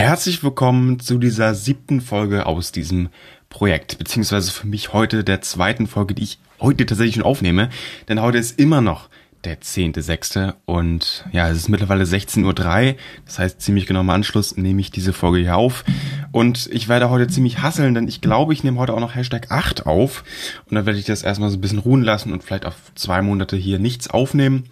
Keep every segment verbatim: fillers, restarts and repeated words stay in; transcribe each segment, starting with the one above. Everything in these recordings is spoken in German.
Herzlich willkommen zu dieser siebten Folge aus diesem Projekt, beziehungsweise für mich heute der zweiten Folge, die ich heute tatsächlich schon aufnehme, denn heute ist immer noch der zehnte sechste und ja, es ist mittlerweile sechzehn Uhr drei, das heißt ziemlich genau im Anschluss nehme ich diese Folge hier auf und ich werde heute ziemlich hasseln, denn ich glaube, ich nehme heute auch noch Hashtag acht auf und dann werde ich das erstmal so ein bisschen ruhen lassen und vielleicht auf zwei Monate hier nichts aufnehmen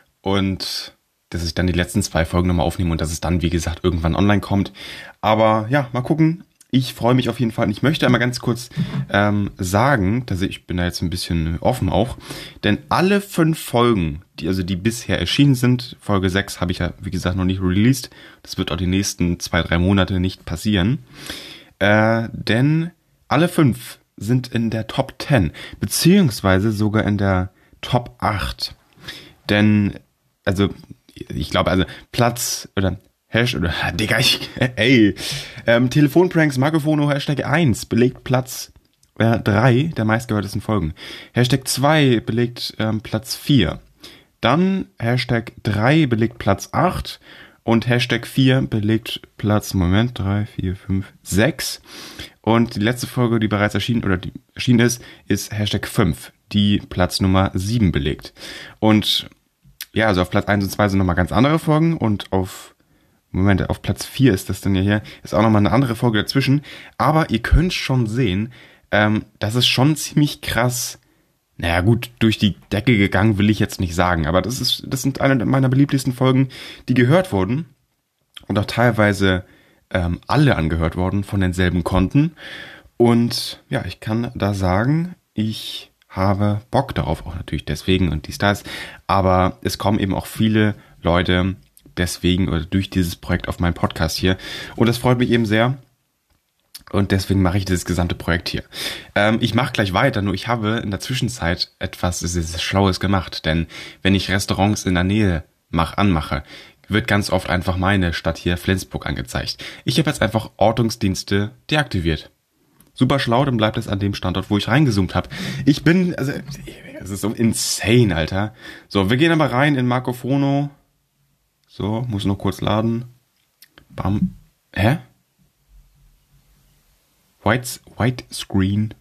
und dass ich dann die letzten zwei Folgen nochmal aufnehme und dass es dann, wie gesagt, irgendwann online kommt. Aber ja, mal gucken. Ich freue mich auf jeden Fall. Und ich möchte einmal ganz kurz ähm, sagen, dass ich bin da jetzt ein bisschen offen auch, denn alle fünf Folgen, die also die bisher erschienen sind, Folge sechs habe ich ja, wie gesagt, noch nicht released. Das wird auch die nächsten zwei, drei Monate nicht passieren. Äh, denn alle fünf sind in der Top zehn, beziehungsweise sogar in der Top acht. Denn, also ich glaube, also Platz oder Hash oder Digga, ich, ey, ähm, Telefonpranks Marcofono Hashtag eins belegt Platz äh, drei der meistgehörtesten Folgen. Hashtag zwei belegt ähm, Platz vier. Dann Hashtag drei belegt Platz acht und Hashtag vier belegt Platz, Moment, drei, vier, fünf, sechs. Und die letzte Folge, die bereits erschienen oder die erschienen ist, ist Hashtag fünf, die Platz Nummer sieben belegt. Und ja, also auf Platz eins und zwei sind nochmal ganz andere Folgen und auf, Moment, auf Platz vier ist das dann ja hier, ist auch nochmal eine andere Folge dazwischen. Aber ihr könnt schon sehen, ähm, das ist schon ziemlich krass, naja gut, durch die Decke gegangen will ich jetzt nicht sagen, aber das ist, das sind eine meiner beliebtesten Folgen, die gehört wurden und auch teilweise ähm, alle angehört wurden von denselben Konten. Und ja, ich kann da sagen, ich habe Bock darauf, auch natürlich deswegen und dies, das, aber es kommen eben auch viele Leute deswegen oder durch dieses Projekt auf meinen Podcast hier und das freut mich eben sehr und deswegen mache ich dieses gesamte Projekt hier. Ähm, ich mache gleich weiter, nur ich habe in der Zwischenzeit etwas sehr Schlaues gemacht, denn wenn ich Restaurants in der Nähe mach, anmache, wird ganz oft einfach meine Stadt hier Flensburg angezeigt. Ich habe jetzt einfach Ortungsdienste deaktiviert. Super schlau, dann bleibt es an dem Standort, wo ich reingezoomt habe. Ich bin, also, es ist so insane, Alter. So, wir gehen aber rein in Marcofono. So, muss noch kurz laden. Bam. Hä? White, White Screen.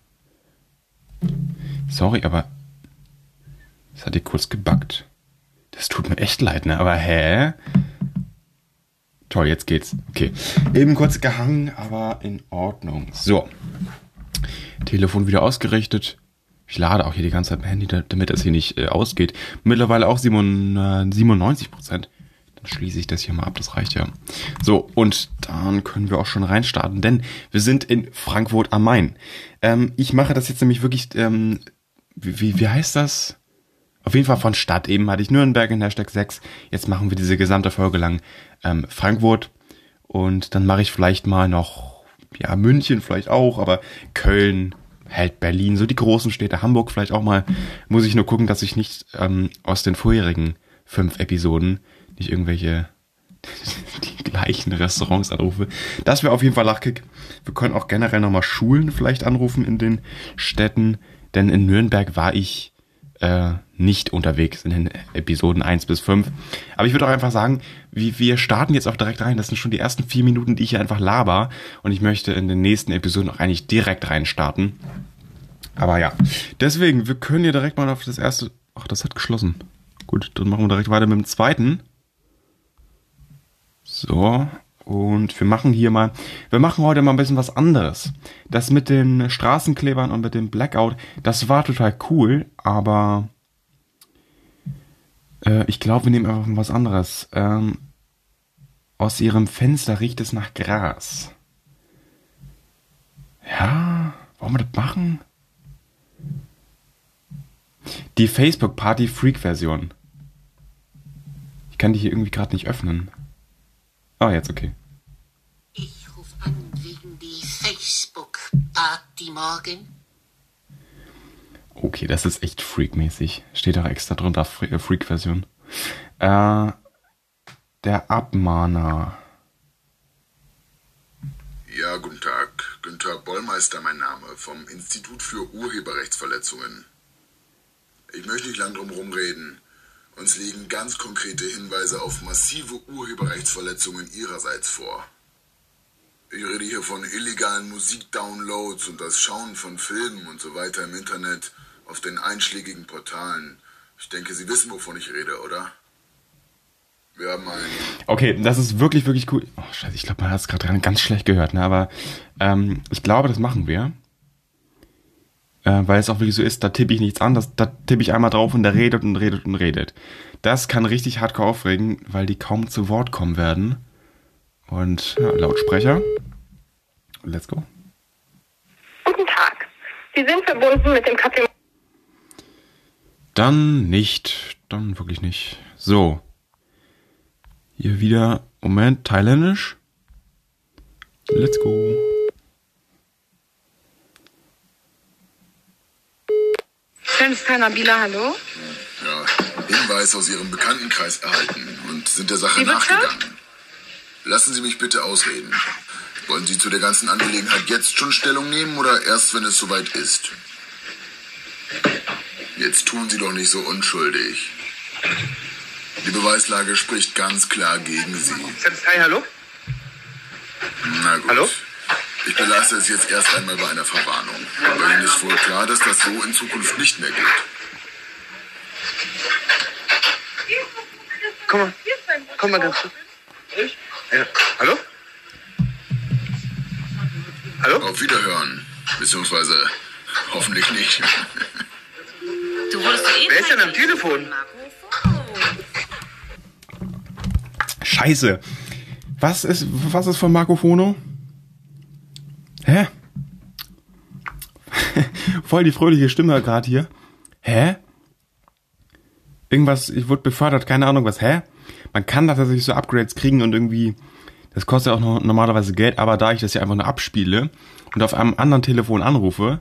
Sorry, aber das hat hier kurz gebuggt. Das tut mir echt leid, ne? Aber hä? Toll, jetzt geht's. Okay. Eben kurz gehangen, aber in Ordnung. So. Telefon wieder ausgerichtet. Ich lade auch hier die ganze Zeit mein Handy, damit das hier nicht äh, ausgeht. Mittlerweile auch siebenundneunzig Prozent. Dann schließe ich das hier mal ab, das reicht ja. So, und dann können wir auch schon reinstarten, denn wir sind in Frankfurt am Main. Ähm, ich mache das jetzt nämlich wirklich, ähm, wie, wie heißt das? Auf jeden Fall von Stadt. Eben hatte ich Nürnberg in Hashtag sechs. Jetzt machen wir diese gesamte Folge lang ähm, Frankfurt. Und dann mache ich vielleicht mal noch, ja, München vielleicht auch, aber Köln, halt Berlin, so die großen Städte, Hamburg vielleicht auch mal. Muss ich nur gucken, dass ich nicht ähm, aus den vorherigen fünf Episoden nicht irgendwelche die gleichen Restaurants anrufe. Das wäre auf jeden Fall Lachkick. Wir können auch generell nochmal Schulen vielleicht anrufen in den Städten, denn in Nürnberg war ich Äh, nicht unterwegs in den Episoden eins bis fünf. Aber ich würde auch einfach sagen, wir, wir starten jetzt auch direkt rein. Das sind schon die ersten vier Minuten, die ich hier einfach laber. Und ich möchte in den nächsten Episoden auch eigentlich direkt reinstarten. Aber ja, deswegen, wir können hier direkt mal auf das erste... Ach, das hat geschlossen. Gut, dann machen wir direkt weiter mit dem zweiten. So, und wir machen hier mal... Wir machen heute mal ein bisschen was anderes. Das mit den Straßenklebern und mit dem Blackout, das war total cool, aber äh, ich glaube, wir nehmen einfach mal was anderes. Ähm, aus ihrem Fenster riecht es nach Gras. Ja, wollen wir das machen? Die Facebook-Party-Freak-Version. Ich kann die hier irgendwie gerade nicht öffnen. Ah, jetzt okay. Ich rufe an wegen die Facebook-Party morgen. Okay, das ist echt freakmäßig. Steht auch extra drunter, Freak-Version. Äh, der Abmahner. Ja, guten Tag. Günther Bollmeister mein Name, vom Institut für Urheberrechtsverletzungen. Ich möchte nicht lang drum rumreden. Uns liegen ganz konkrete Hinweise auf massive Urheberrechtsverletzungen Ihrerseits vor. Ich rede hier von illegalen Musikdownloads und das Schauen von Filmen und so weiter im Internet auf den einschlägigen Portalen. Ich denke, Sie wissen, wovon ich rede, oder? Wir haben einen... Okay, das ist wirklich, wirklich cool. Oh, scheiße, ich glaube, man hat es gerade ganz schlecht gehört, ne? Aber ähm, ich glaube, das machen wir. Äh, weil es auch wirklich so ist, da tippe ich nichts an, das, da tippe ich einmal drauf und der redet und redet und redet. Das kann richtig hardcore aufregen, weil die kaum zu Wort kommen werden. Und ja, Lautsprecher. Let's go. Guten Tag. Sie sind verbunden mit dem Café... Dann nicht. Dann wirklich nicht. So. Hier wieder, Moment, thailändisch. Let's go. Fenster Nabila, hallo? Ja, Hinweis aus Ihrem Bekanntenkreis erhalten und sind der Sache Wie bitte? nachgegangen. Lassen Sie mich bitte ausreden. Wollen Sie zu der ganzen Angelegenheit jetzt schon Stellung nehmen oder erst, wenn es soweit ist? Jetzt tun Sie doch nicht so unschuldig. Die Beweislage spricht ganz klar gegen Sie. Hi, hallo? Na gut. Hallo? Ich belasse es jetzt erst einmal bei einer Verwarnung. Aber Ihnen ist wohl klar, dass das so in Zukunft nicht mehr geht. Komm mal. Komm mal ganz kurz. Ja. Hallo? Hallo? Auf Wiederhören. Beziehungsweise hoffentlich nicht. Du wurdest eh Wer ist denn am Telefon? Scheiße. Was ist, was ist von Marco Fono? Hä? Voll die fröhliche Stimme gerade hier. Hä? Irgendwas, ich wurde befördert, keine Ahnung was. Hä? Man kann da tatsächlich so Upgrades kriegen und irgendwie, das kostet auch noch normalerweise Geld, aber da ich das ja einfach nur abspiele und auf einem anderen Telefon anrufe,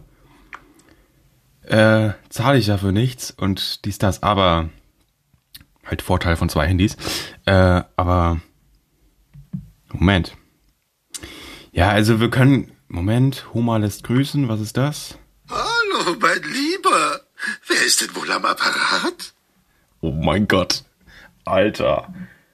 äh, zahle ich dafür nichts und dies, das, aber halt Vorteil von zwei Handys. Äh, aber Moment. Ja, also wir können, Moment, Homa lässt grüßen, was ist das? Hallo, mein Lieber. Wer ist denn wohl am Apparat? Oh mein Gott. Alter.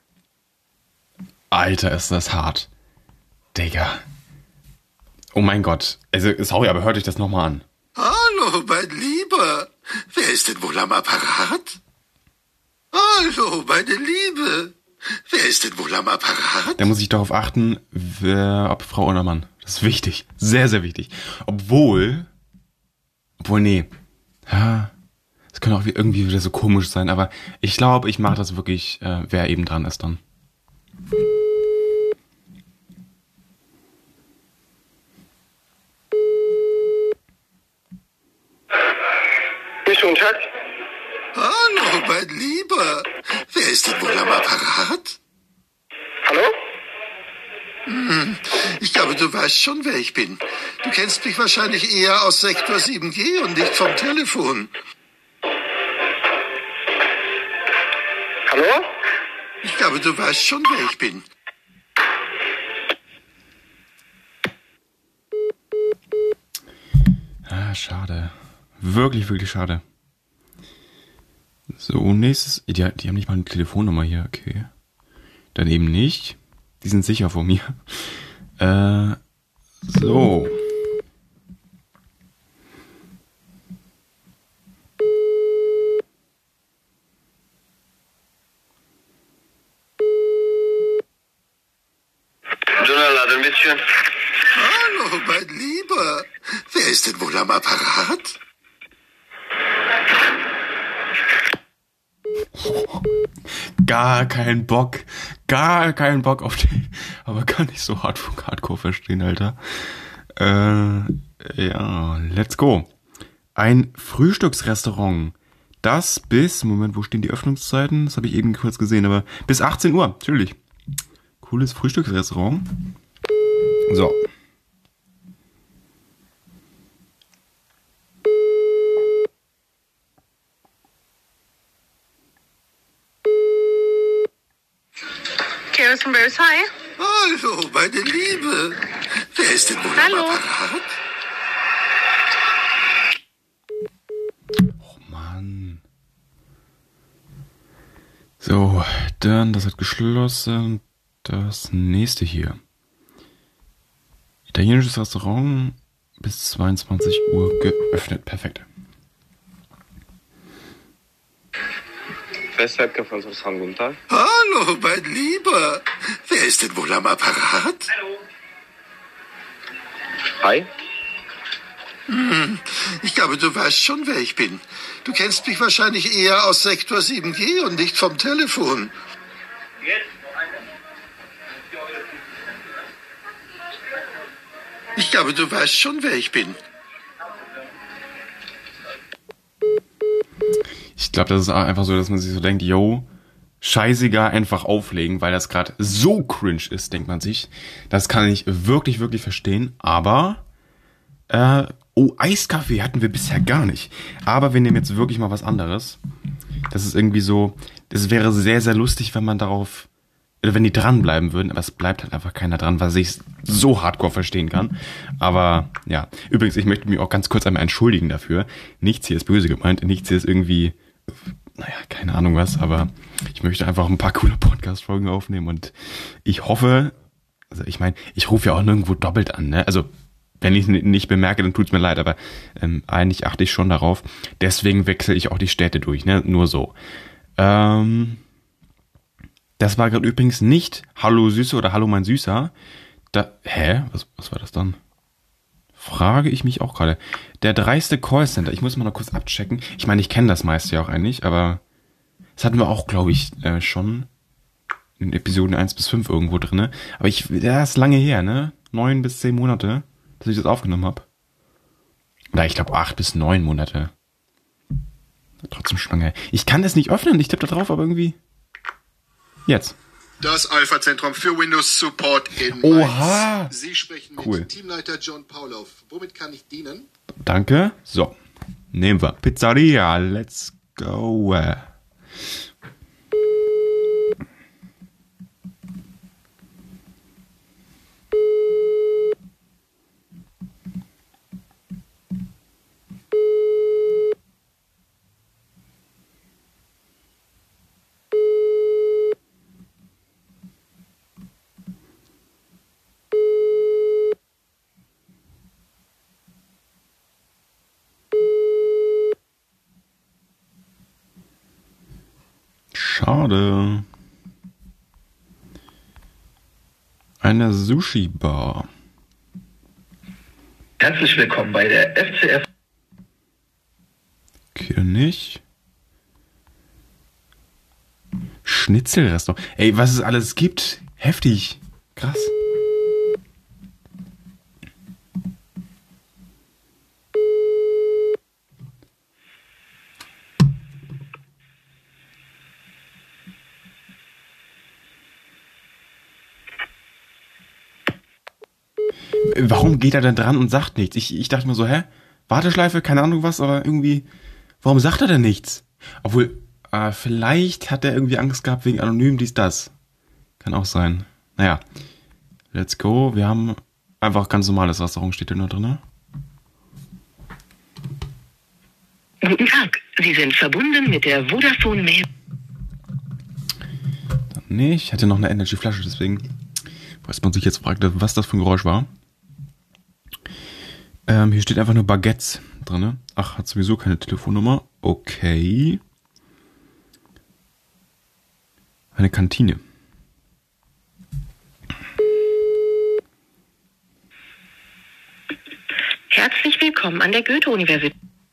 Alter, ist das hart. Digga. Oh mein Gott. Also, sorry, aber hört euch das nochmal an. Hallo, mein Lieber. Wer ist denn wohl am Apparat? Hallo, meine Liebe. Wer ist denn wohl am Apparat? Da muss ich darauf achten, wer, ob Frau oder Mann. Das ist wichtig. Sehr, sehr wichtig. Obwohl, obwohl, nee. Ja, das könnte auch irgendwie wieder so komisch sein, aber ich glaube, ich mache das wirklich, äh, wer eben dran ist dann. Guten Tag. Hallo, mein Lieber. Wer ist denn wohl am Apparat? Hallo? Hm, ich glaube, du weißt schon, wer ich bin. Du kennst mich wahrscheinlich eher aus Sektor sieben G und nicht vom Telefon. Hallo? Ich glaube, du weißt schon, wer ich bin. Ah, schade. Wirklich, wirklich schade. So, nächstes. Die, die haben nicht mal eine Telefonnummer hier, okay. Dann eben nicht. Die sind sicher vor mir. Äh, so. Journal, bisschen. Hallo, mein Lieber. Wer ist denn wohl am Apparat? Gar keinen Bock. Gar keinen Bock auf den. Aber kann ich so hart Hardcore verstehen, Alter. Äh, ja, let's go. Ein Frühstücksrestaurant. Das bis, Moment, wo stehen die Öffnungszeiten? Das habe ich eben kurz gesehen, aber bis achtzehn Uhr, natürlich. Cooles Frühstücksrestaurant. So. Kirsten Bears, hi. Hallo, meine Liebe. Wer ist denn wohl Hallo. am Apparat? Oh Mann. So, dann, das hat geschlossen. Das nächste hier. Italienisches Restaurant bis zweiundzwanzig Uhr geöffnet. Perfekt. Festwerk von Susan, guten Tag. Hallo, mein Lieber. Wer ist denn wohl am Apparat? Hi. Hm, ich glaube, du weißt schon, wer ich bin. Du kennst mich wahrscheinlich eher aus Sektor sieben G und nicht vom Telefon. Ich glaube, du weißt schon, wer ich bin. Ich glaube, das ist einfach so, dass man sich so denkt, yo, scheißegal, einfach auflegen, weil das gerade so cringe ist, denkt man sich. Das kann ich wirklich, wirklich verstehen. Aber, äh, oh, Eiskaffee hatten wir bisher gar nicht. Aber wir nehmen jetzt wirklich mal was anderes. Das ist irgendwie so, das wäre sehr, sehr lustig, wenn man darauf, oder wenn die dranbleiben würden. Aber es bleibt halt einfach keiner dran, was ich so hardcore verstehen kann. Aber, ja. Übrigens, ich möchte mich auch ganz kurz einmal entschuldigen dafür. Nichts hier ist böse gemeint. Nichts hier ist irgendwie, naja, keine Ahnung was, aber ich möchte einfach ein paar coole Podcast-Folgen aufnehmen und ich hoffe, also ich meine, ich rufe ja auch nirgendwo doppelt an, ne? Also, wenn ich es nicht bemerke, dann tut's mir leid, aber ähm, eigentlich achte ich schon darauf. Deswegen wechsle ich auch die Städte durch, ne? Nur so. Ähm, das war gerade übrigens nicht Hallo Süße oder Hallo mein Süßer. Da, hä? Was, was war das dann? Frage ich mich auch gerade. Der dreiste Callcenter. Ich muss mal noch kurz abchecken. Ich meine, ich kenne das meiste ja auch eigentlich, aber das hatten wir auch, glaube ich, äh, schon in Episoden eins bis fünf irgendwo drin. Aber ich, ja, ist lange her, ne? Neun bis zehn Monate, dass ich das aufgenommen habe. Oder ich glaube acht bis neun Monate. Trotzdem schon lange her. Ich kann das nicht öffnen. Ich tippe da drauf, aber irgendwie... Jetzt. Das Alpha-Zentrum für Windows Support in Oha. Mainz. Sie sprechen mit Cool. Teamleiter John Paulow. Womit kann ich dienen? Danke. So. Nehmen wir. Pizzeria. Let's go. Schade. Eine Sushi-Bar. Herzlich willkommen bei der F C F. Okay, nicht. Schnitzelrestaurant. Ey, was es alles gibt. Heftig. Krass. Warum geht er denn dran und sagt nichts? Ich, ich dachte mir so, hä? Warteschleife, keine Ahnung was, aber irgendwie, warum sagt er denn nichts? Obwohl, äh, vielleicht hat er irgendwie Angst gehabt wegen anonym dies, das. Kann auch sein. Naja, let's go. Wir haben einfach ganz normales Restaurant, steht da nur drin. Guten Tag, Sie sind verbunden mit der Vodafone Mail. Nee, ich hatte noch eine Energy-Flasche, deswegen, falls man sich jetzt fragt, was das für ein Geräusch war. Ähm, hier steht einfach nur Baguettes drin. Ach, hat sowieso keine Telefonnummer. Okay. Eine Kantine. Herzlich willkommen an der Goethe-Universität.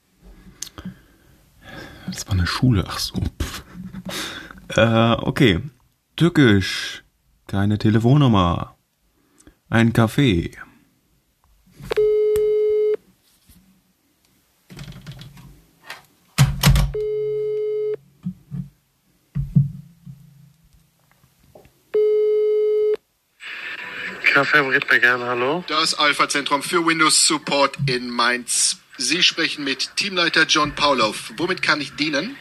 Das war eine Schule, ach so. Pff. Äh, okay. Türkisch. Keine Telefonnummer. Ein Kaffee. Kaffee bringt mir gerne, hallo? Das Alpha-Zentrum für Windows Support in Mainz. Sie sprechen mit Teamleiter John Paulow. Womit kann ich dienen?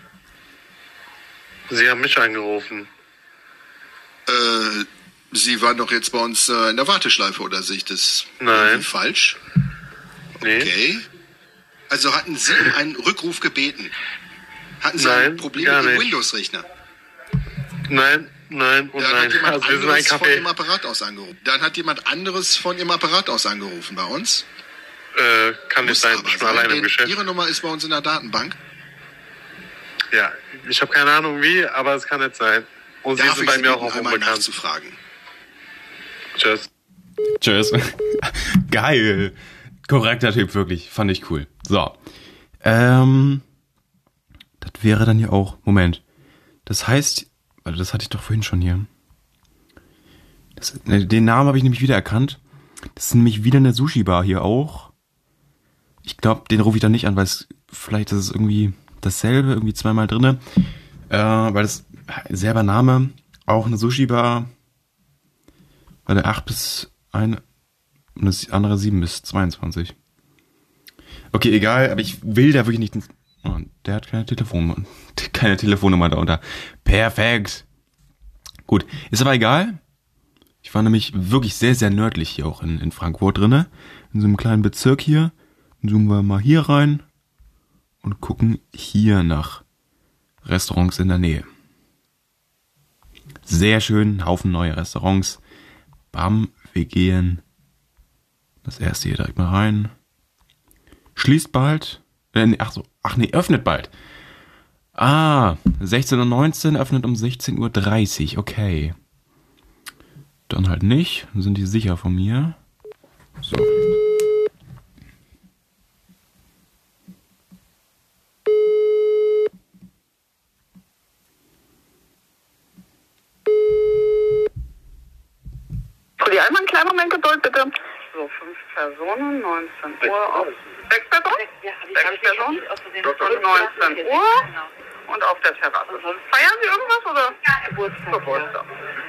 Sie haben mich angerufen. Äh, Sie waren doch jetzt bei uns äh, in der Warteschleife, oder sehe ich das Nein. irgendwie falsch? Nee. Okay. Also hatten Sie um einen Rückruf gebeten? Hatten Sie Nein, ein Problem gar mit Ihrem nicht. Windows-Rechner? Nein, Nein, und Dann nein. hat jemand Also, wir sind ein anderes von Kaffee. Ihrem Apparat aus angerufen. Dann hat jemand anderes von Ihrem Apparat aus angerufen bei uns. Äh, kann nicht Muss sein, aber ich bin alleine sein, im denn Geschäft. Ihre Nummer ist bei uns in der Datenbank. Ja, ich habe keine Ahnung wie, aber es kann nicht sein. Und Sie Darf sind ich bei Sie mir bitten, auch einmal unbekannt. nachzufragen? Tschüss. Tschüss. Geil. Korrekter Typ, wirklich. Fand ich cool. So. Ähm, das wäre dann ja auch, Moment. Das heißt, also das hatte ich doch vorhin schon hier. Das, den Namen habe ich nämlich wieder erkannt. Das ist nämlich wieder eine Sushi-Bar hier auch. Ich glaube, den rufe ich dann nicht an, weil es, vielleicht ist es irgendwie dasselbe, irgendwie zweimal drinne. Äh, weil das selber Name, auch eine Sushi-Bar. Weil der acht bis eins und das andere sieben bis zweiundzwanzig. Okay, egal, aber ich will da wirklich nicht... Oh, der hat keine Telefonnummer, keine Telefonnummer da unter. Perfekt. Gut, ist aber egal. Ich war nämlich wirklich sehr, sehr nördlich hier auch in, in Frankfurt drinne. In so einem kleinen Bezirk hier. Zoomen wir mal hier rein und gucken hier nach Restaurants in der Nähe. Sehr schön, Haufen neue Restaurants. Bam, wir gehen das erste hier direkt mal rein. Schließt bald. Äh, nee, ach so, ach nee, öffnet bald. Ah, sechzehn Uhr neunzehn, öffnet um sechzehn Uhr dreißig, okay. Dann halt nicht, dann sind die sicher von mir. So. Pulli, einmal einen kleinen Moment Geduld, bitte. So, fünf Personen, neunzehn Uhr auf... Sechs Personen? Sechs Personen und neunzehn Uhr und auf der Terrasse. Feiern Sie irgendwas oder? Geburtstag. Geburtstag.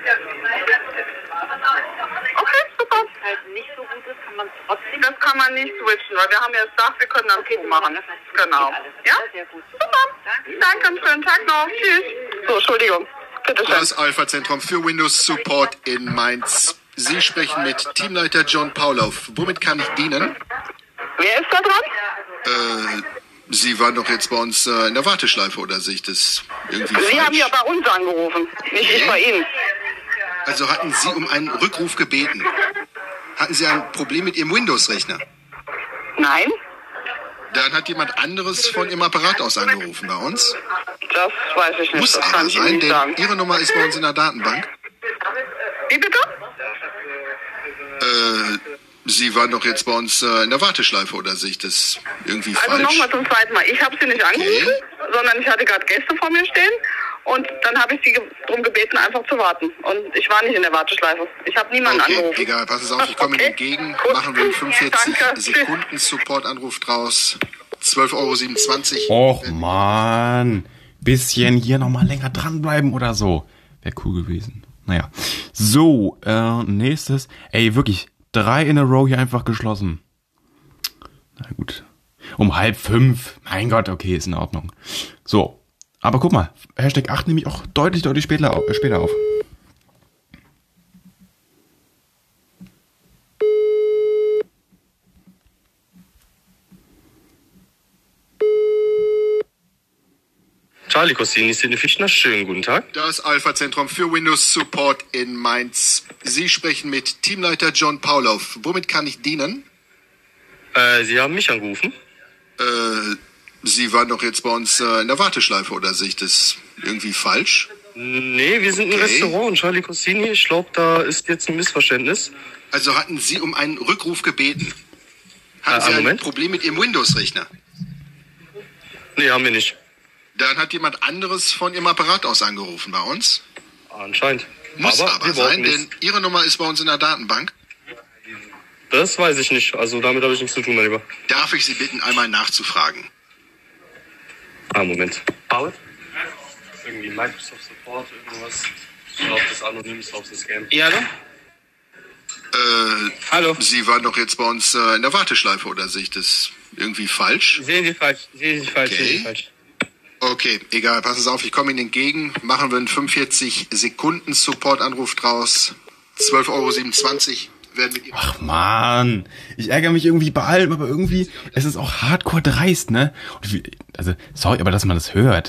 Okay, super. Wenn es halt nicht so gut ist, kann man trotzdem... Das kann man nicht switchen, weil wir haben ja gesagt, wir können dann okay, machen. Genau. Ja? Sehr gut. Super. Danke, einen schönen Tag noch. Tschüss. So, Entschuldigung. Bitte schön. Das Alpha-Zentrum für Windows Support in Mainz. Sie sprechen mit Teamleiter John Paulauf. Womit kann ich dienen? Wer ist da dran? Äh, Sie waren doch jetzt bei uns äh, in der Warteschleife, oder sehe ich das irgendwie falsch? Sie haben ja bei uns angerufen, nicht ich bei Ihnen. Also hatten Sie um einen Rückruf gebeten? Hatten Sie ein Problem mit Ihrem Windows-Rechner? Nein. Dann hat jemand anderes von Ihrem Apparat aus angerufen bei uns? Das weiß ich nicht. Muss das aber kann ich Ihnen sein, nicht denn sagen. Ihre Nummer ist bei uns in der Datenbank. Wie bitte? Äh, Sie waren doch jetzt bei uns äh, in der Warteschleife, oder sehe ich das irgendwie Also falsch? nochmal zum zweiten Mal. Ich habe Sie nicht angerufen, Okay. sondern ich hatte gerade Gäste vor mir stehen. Und dann habe ich Sie ge- darum gebeten, einfach zu warten. Und ich war nicht in der Warteschleife. Ich habe niemanden Okay, angerufen. egal, passen Sie auf, ich komme Okay. Ihnen entgegen. Gut. Machen wir einen fünfundvierzig Danke. Sekunden Support-Anruf draus. zwölf Euro siebenundzwanzig. Och man, bisschen hier nochmal länger dranbleiben oder so. Wäre cool gewesen. Naja. So, äh, nächstes. Ey, wirklich, drei in a row hier einfach geschlossen. Na gut. Um halb fünf. Mein Gott, okay, ist in Ordnung. So. Aber guck mal, Hashtag acht nehme ich auch deutlich, deutlich später auf. Äh, später auf. Charlie Cossini, Szene Fischner, schönen guten Tag. Das Alpha-Zentrum für Windows Support in Mainz. Sie sprechen mit Teamleiter John Paulauf. Womit kann ich dienen? Äh, Sie haben mich angerufen? Äh, Sie waren doch jetzt bei uns äh, in der Warteschleife, oder sehe ich das irgendwie falsch? Nee, wir sind ein Okay. Restaurant und Charlie Cossini, ich glaube, da ist jetzt ein Missverständnis. Also hatten Sie um einen Rückruf gebeten? Äh, Hatten Sie einen ein Moment. Problem mit Ihrem Windows-Rechner? Nee, haben wir nicht. Dann hat jemand anderes von Ihrem Apparat aus angerufen bei uns. Anscheinend. Muss aber aber, wir sein, wollten denn nichts. Ihre Nummer ist bei uns in der Datenbank. Das weiß ich nicht. Also damit habe ich nichts zu tun, mein Lieber. Darf ich Sie bitten, einmal nachzufragen? Ah, Moment. Paul? Irgendwie Microsoft Support, irgendwas. Ich glaube, das ist anonym, ich glaube, das ist Scam. Ja, hallo? Äh, Hallo. Sie waren doch jetzt bei uns äh, in der Warteschleife, oder sehe ich das irgendwie falsch? Sehen Sie falsch, sehen Sie falsch, Okay. sehen Sie falsch. Okay, egal, passen Sie auf, ich komme Ihnen entgegen. Machen wir einen fünfundvierzig Sekunden Support-Anruf draus. zwölf Euro siebenundzwanzig werden mit Ihnen. Ach man, ich ärgere mich irgendwie bei allem, aber irgendwie, es ist auch hardcore dreist, ne? Und wie, also, sorry, aber dass man das hört.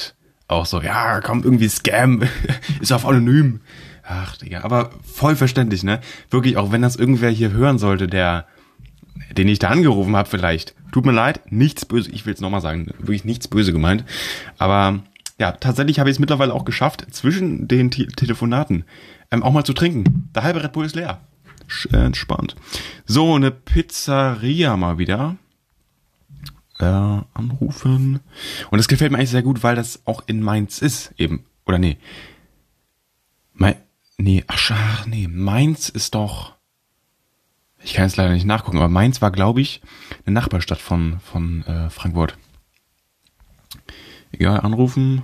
auch so, ja, komm, irgendwie Scam, ist auf anonym. Ach, Digga, aber voll verständlich, ne? Wirklich, auch wenn das irgendwer hier hören sollte, der, den ich da angerufen habe vielleicht. Tut mir leid, nichts böse, ich will es nochmal sagen, wirklich nichts böse gemeint. Aber ja, tatsächlich habe ich es mittlerweile auch geschafft, zwischen den Te- Telefonaten ähm, auch mal zu trinken. Der halbe Red Bull ist leer. Sch- äh, entspannt. So, eine Pizzeria mal wieder. Äh, anrufen. Und das gefällt mir eigentlich sehr gut, weil das auch in Mainz ist, eben. Oder nee. Mein, nee, ach, ach nee, Mainz ist doch... Ich kann jetzt leider nicht nachgucken, aber Mainz war, glaube ich, eine Nachbarstadt von, von äh, Frankfurt. Egal, anrufen.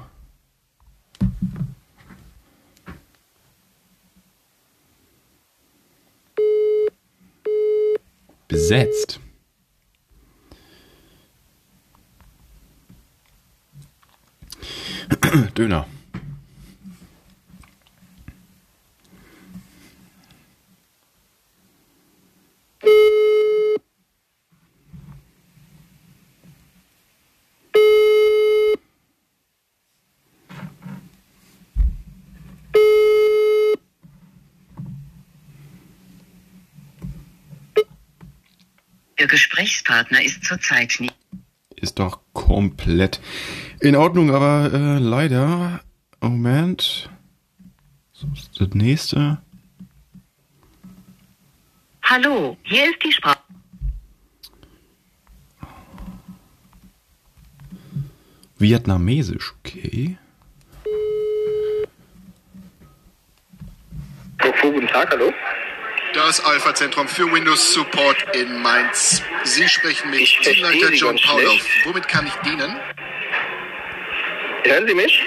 Besetzt. Döner. Ihr Gesprächspartner ist zurzeit nicht. Ist doch komplett in Ordnung, aber äh, leider. Moment. So ist das nächste. Hallo, hier ist die Sprache. Vietnamesisch, okay. Guten Tag, hallo. Das Alpha-Zentrum für Windows Support in Mainz. Sie sprechen mit Teamleiter John Paulow. Womit kann ich dienen? Hören Sie mich?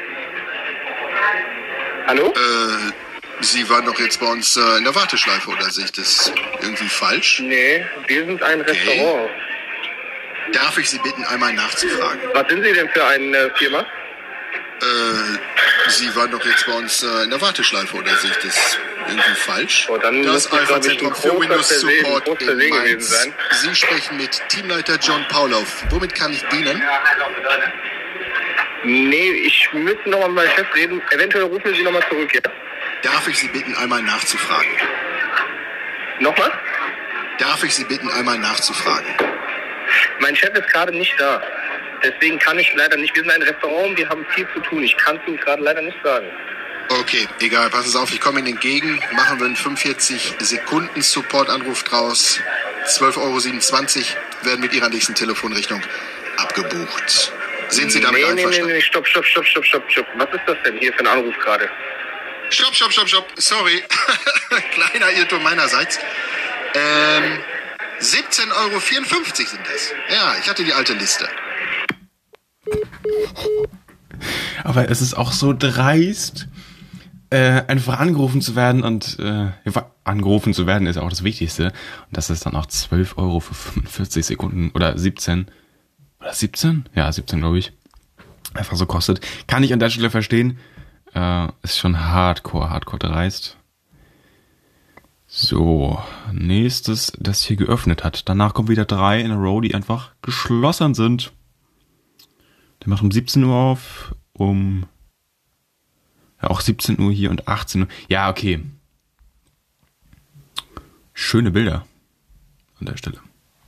Hallo? Äh, Sie waren doch jetzt bei uns äh, in der Warteschleife, oder sehe ich das irgendwie falsch? Nee, wir sind ein Restaurant. Darf ich Sie bitten, einmal nachzufragen? Was sind Sie denn für eine Firma? Äh, Sie waren doch jetzt bei uns äh, in der Warteschleife, oder sehe ich das irgendwie falsch? Oh, dann das Alpha-Zentrum für Windows Support in Mainz. Sein. Sie sprechen mit Teamleiter John Paulow. Womit kann ich dienen? Nee, ich müsste nochmal mit meinem Chef reden. Eventuell rufen Sie nochmal zurück, ja? Darf ich Sie bitten, einmal nachzufragen? Nochmal? Darf ich Sie bitten, einmal nachzufragen? Mein Chef ist gerade nicht da. Deswegen kann ich leider nicht. Wir sind ein Restaurant, wir haben viel zu tun. Ich kann es Ihnen gerade leider nicht sagen. Okay, egal, passen Sie auf, ich komme Ihnen entgegen. Machen wir einen fünfundvierzig Sekunden Support-Anruf draus. zwölf Euro siebenundzwanzig werden mit Ihrer nächsten Telefonrechnung abgebucht. Sind Sie damit nee, einverstanden? Nee, nee, nee, stopp, stopp, stopp, stopp, stopp, stopp. Was ist das denn hier für ein Anruf gerade? Stopp, stopp, stopp, stopp. Sorry. Kleiner Irrtum meinerseits. Ähm, siebzehn Euro vierundfünfzig sind das. Ja, ich hatte die alte Liste. Aber es ist auch so dreist, äh, einfach angerufen zu werden und äh, angerufen zu werden ist auch das Wichtigste. Und das ist dann auch zwölf Euro für fünfundvierzig Sekunden oder siebzehn. Oder siebzehn? Ja, siebzehn glaube ich. Einfach so kostet. Kann ich an der Stelle verstehen. Äh, ist schon hardcore, hardcore dreist. So, nächstes, das hier geöffnet hat. Danach kommen wieder drei in a row, die einfach geschlossen sind. Der macht um siebzehn Uhr auf, um ja, auch siebzehn Uhr hier und achtzehn Uhr. Ja, okay. Schöne Bilder an der Stelle.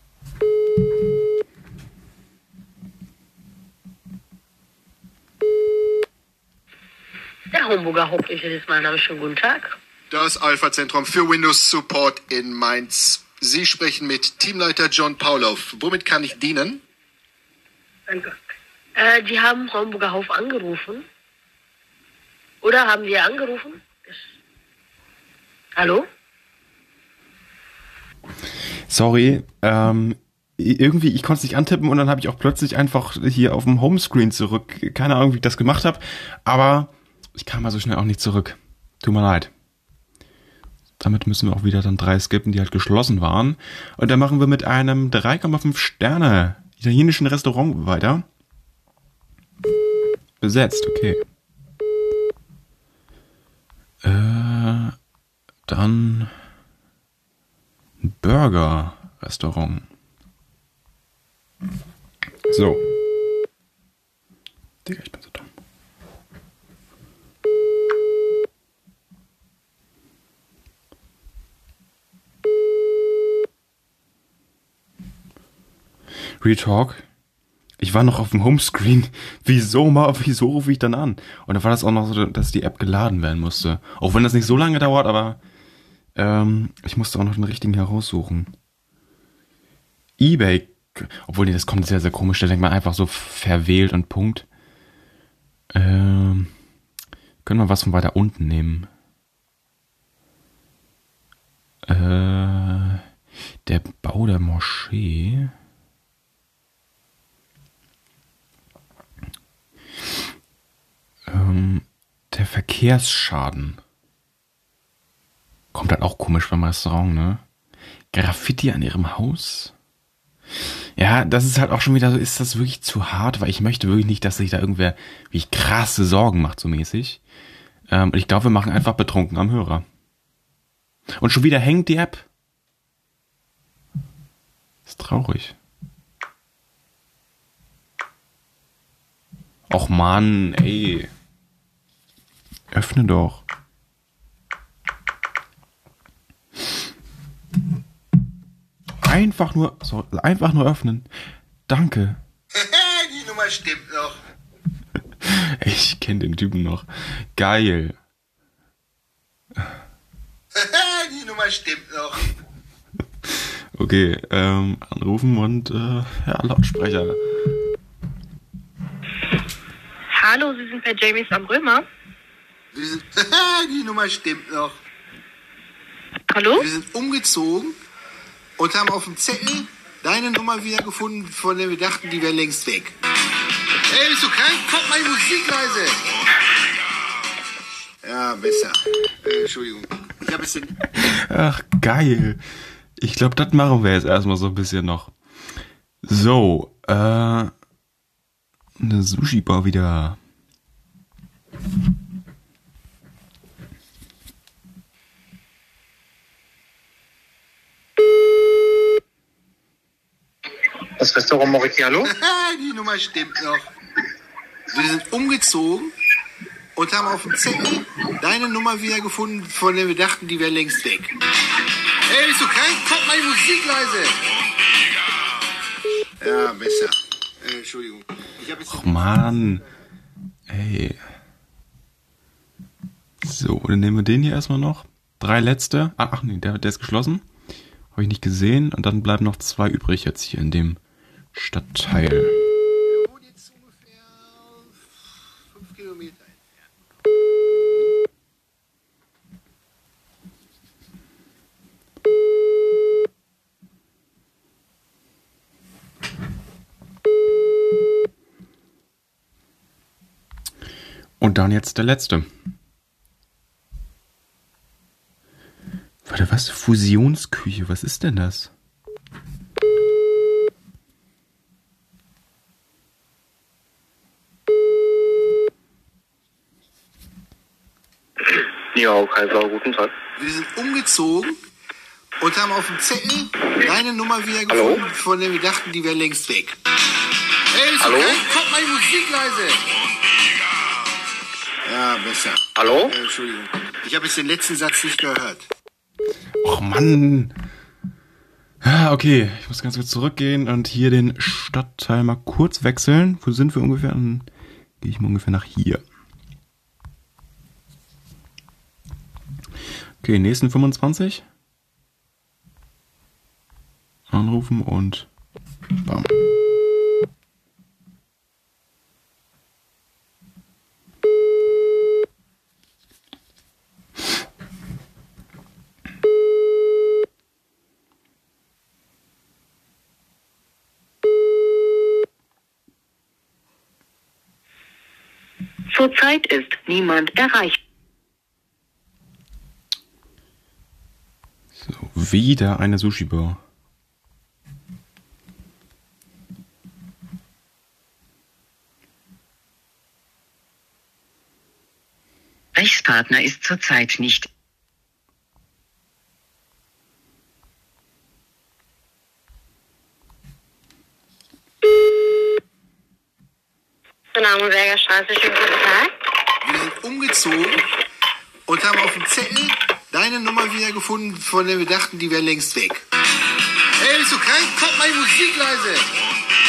Der Homburger Hauptlichkeit ist mein Name. Schönen guten Tag. Das Alpha-Zentrum für Windows Support in Mainz. Sie sprechen mit Teamleiter John Paulow. Womit kann ich dienen? Danke. Äh, die haben Homburger Hof angerufen. Oder haben wir angerufen? Das... Hallo? Sorry, ähm, irgendwie, ich konnte es nicht antippen und dann habe ich auch plötzlich einfach hier auf dem Homescreen zurück. Keine Ahnung, wie ich das gemacht habe, aber ich kam mal so schnell auch nicht zurück. Tut mir leid. Damit müssen wir auch wieder dann drei skippen, die halt geschlossen waren. Und dann machen wir mit einem drei Komma fünf Sterne italienischen Restaurant weiter. Besetzt, okay. Äh, dann ein Burger-Restaurant. So. Digga, ich bin so dumm. Real Talk. Ich war noch auf dem Homescreen. Wieso mal, wieso rufe ich dann an? Und dann war das auch noch so, dass die App geladen werden musste. Auch wenn das nicht so lange dauert, aber ähm, ich musste auch noch den richtigen heraussuchen. eBay, obwohl, nee, das kommt sehr, sehr komisch. Da denkt man einfach so verwählt und Punkt. Ähm, können wir was von weiter unten nehmen? Äh, der Bau der Moschee. Ähm, der Verkehrsschaden. Kommt halt auch komisch beim Restaurant, ne? Graffiti an ihrem Haus? Ja, das ist halt auch schon wieder so, ist das wirklich zu hart? Weil ich möchte wirklich nicht, dass sich da irgendwer wie krasse Sorgen macht, so mäßig. Ähm, und ich glaube, wir machen einfach betrunken am Hörer. Und schon wieder hängt die App. Ist traurig. Och Mann, ey. Öffne doch. Einfach nur, so, einfach nur öffnen. Danke. Die Nummer stimmt noch. Ich kenne den Typen noch. Geil. Die Nummer stimmt noch. Okay, ähm, anrufen und, äh, ja, Lautsprecher. Hallo, Sie sind bei Jamies am Römer. Wir sind, die Nummer stimmt noch. Hallo? Wir sind umgezogen und haben auf dem Zettel deine Nummer wiedergefunden, von der wir dachten, die wäre längst weg. Ey, bist du krank? Kommt meine Musik leise. Ja, besser. Äh, Entschuldigung. Ich habe es in... Ach, geil. Ich glaube, das machen wir jetzt erstmal so ein bisschen noch. So, äh, eine Sushi-Bar wieder. Das Restaurant Moriki, hallo? Die Nummer stimmt noch. Wir sind umgezogen und haben auf dem Zettel deine Nummer wiedergefunden, von der wir dachten, die wäre längst weg. Ey, bist du krank? Kommt meine Musik leise. Ja, besser. Äh, Entschuldigung. Ich hab jetzt Och Mann. Ey. So, dann nehmen wir den hier erstmal noch. Drei letzte. Ach, ach nee, der, der ist geschlossen. Habe ich nicht gesehen. Und dann bleiben noch zwei übrig jetzt hier in dem Stadtteil. Wir wohnen jetzt ungefähr fünf Kilometer entfernt. Und dann jetzt der letzte. Warte, was? Fusionsküche, was ist denn das? Ja, Kaiser, guten Tag. Wir sind umgezogen und haben auf dem Zettel deine Nummer wiedergefunden, Hallo? von der wir dachten, die wäre längst weg. Ey, bist du Hallo? krank? Kommt meine Musik leise. Ja, besser. Hallo? Äh, Entschuldigung. Ich habe jetzt den letzten Satz nicht gehört. Och Mann. Ah, okay, ich muss ganz kurz zurückgehen und hier den Stadtteil mal kurz wechseln. Wo sind wir ungefähr? Dann gehe ich mal ungefähr nach hier. Okay, nächsten fünfundzwanzig. Anrufen und bam. Zurzeit ist niemand erreicht. So, wieder eine Sushi-Bar. Gesprächspartner ist zurzeit nicht. Namenberger Straße, schönen guten Tag. Wir sind umgezogen und haben auf dem Zettel deine Nummer wiedergefunden, von der wir dachten, die wäre längst weg. Ey, bist du krank? Kommt meine Musik leise.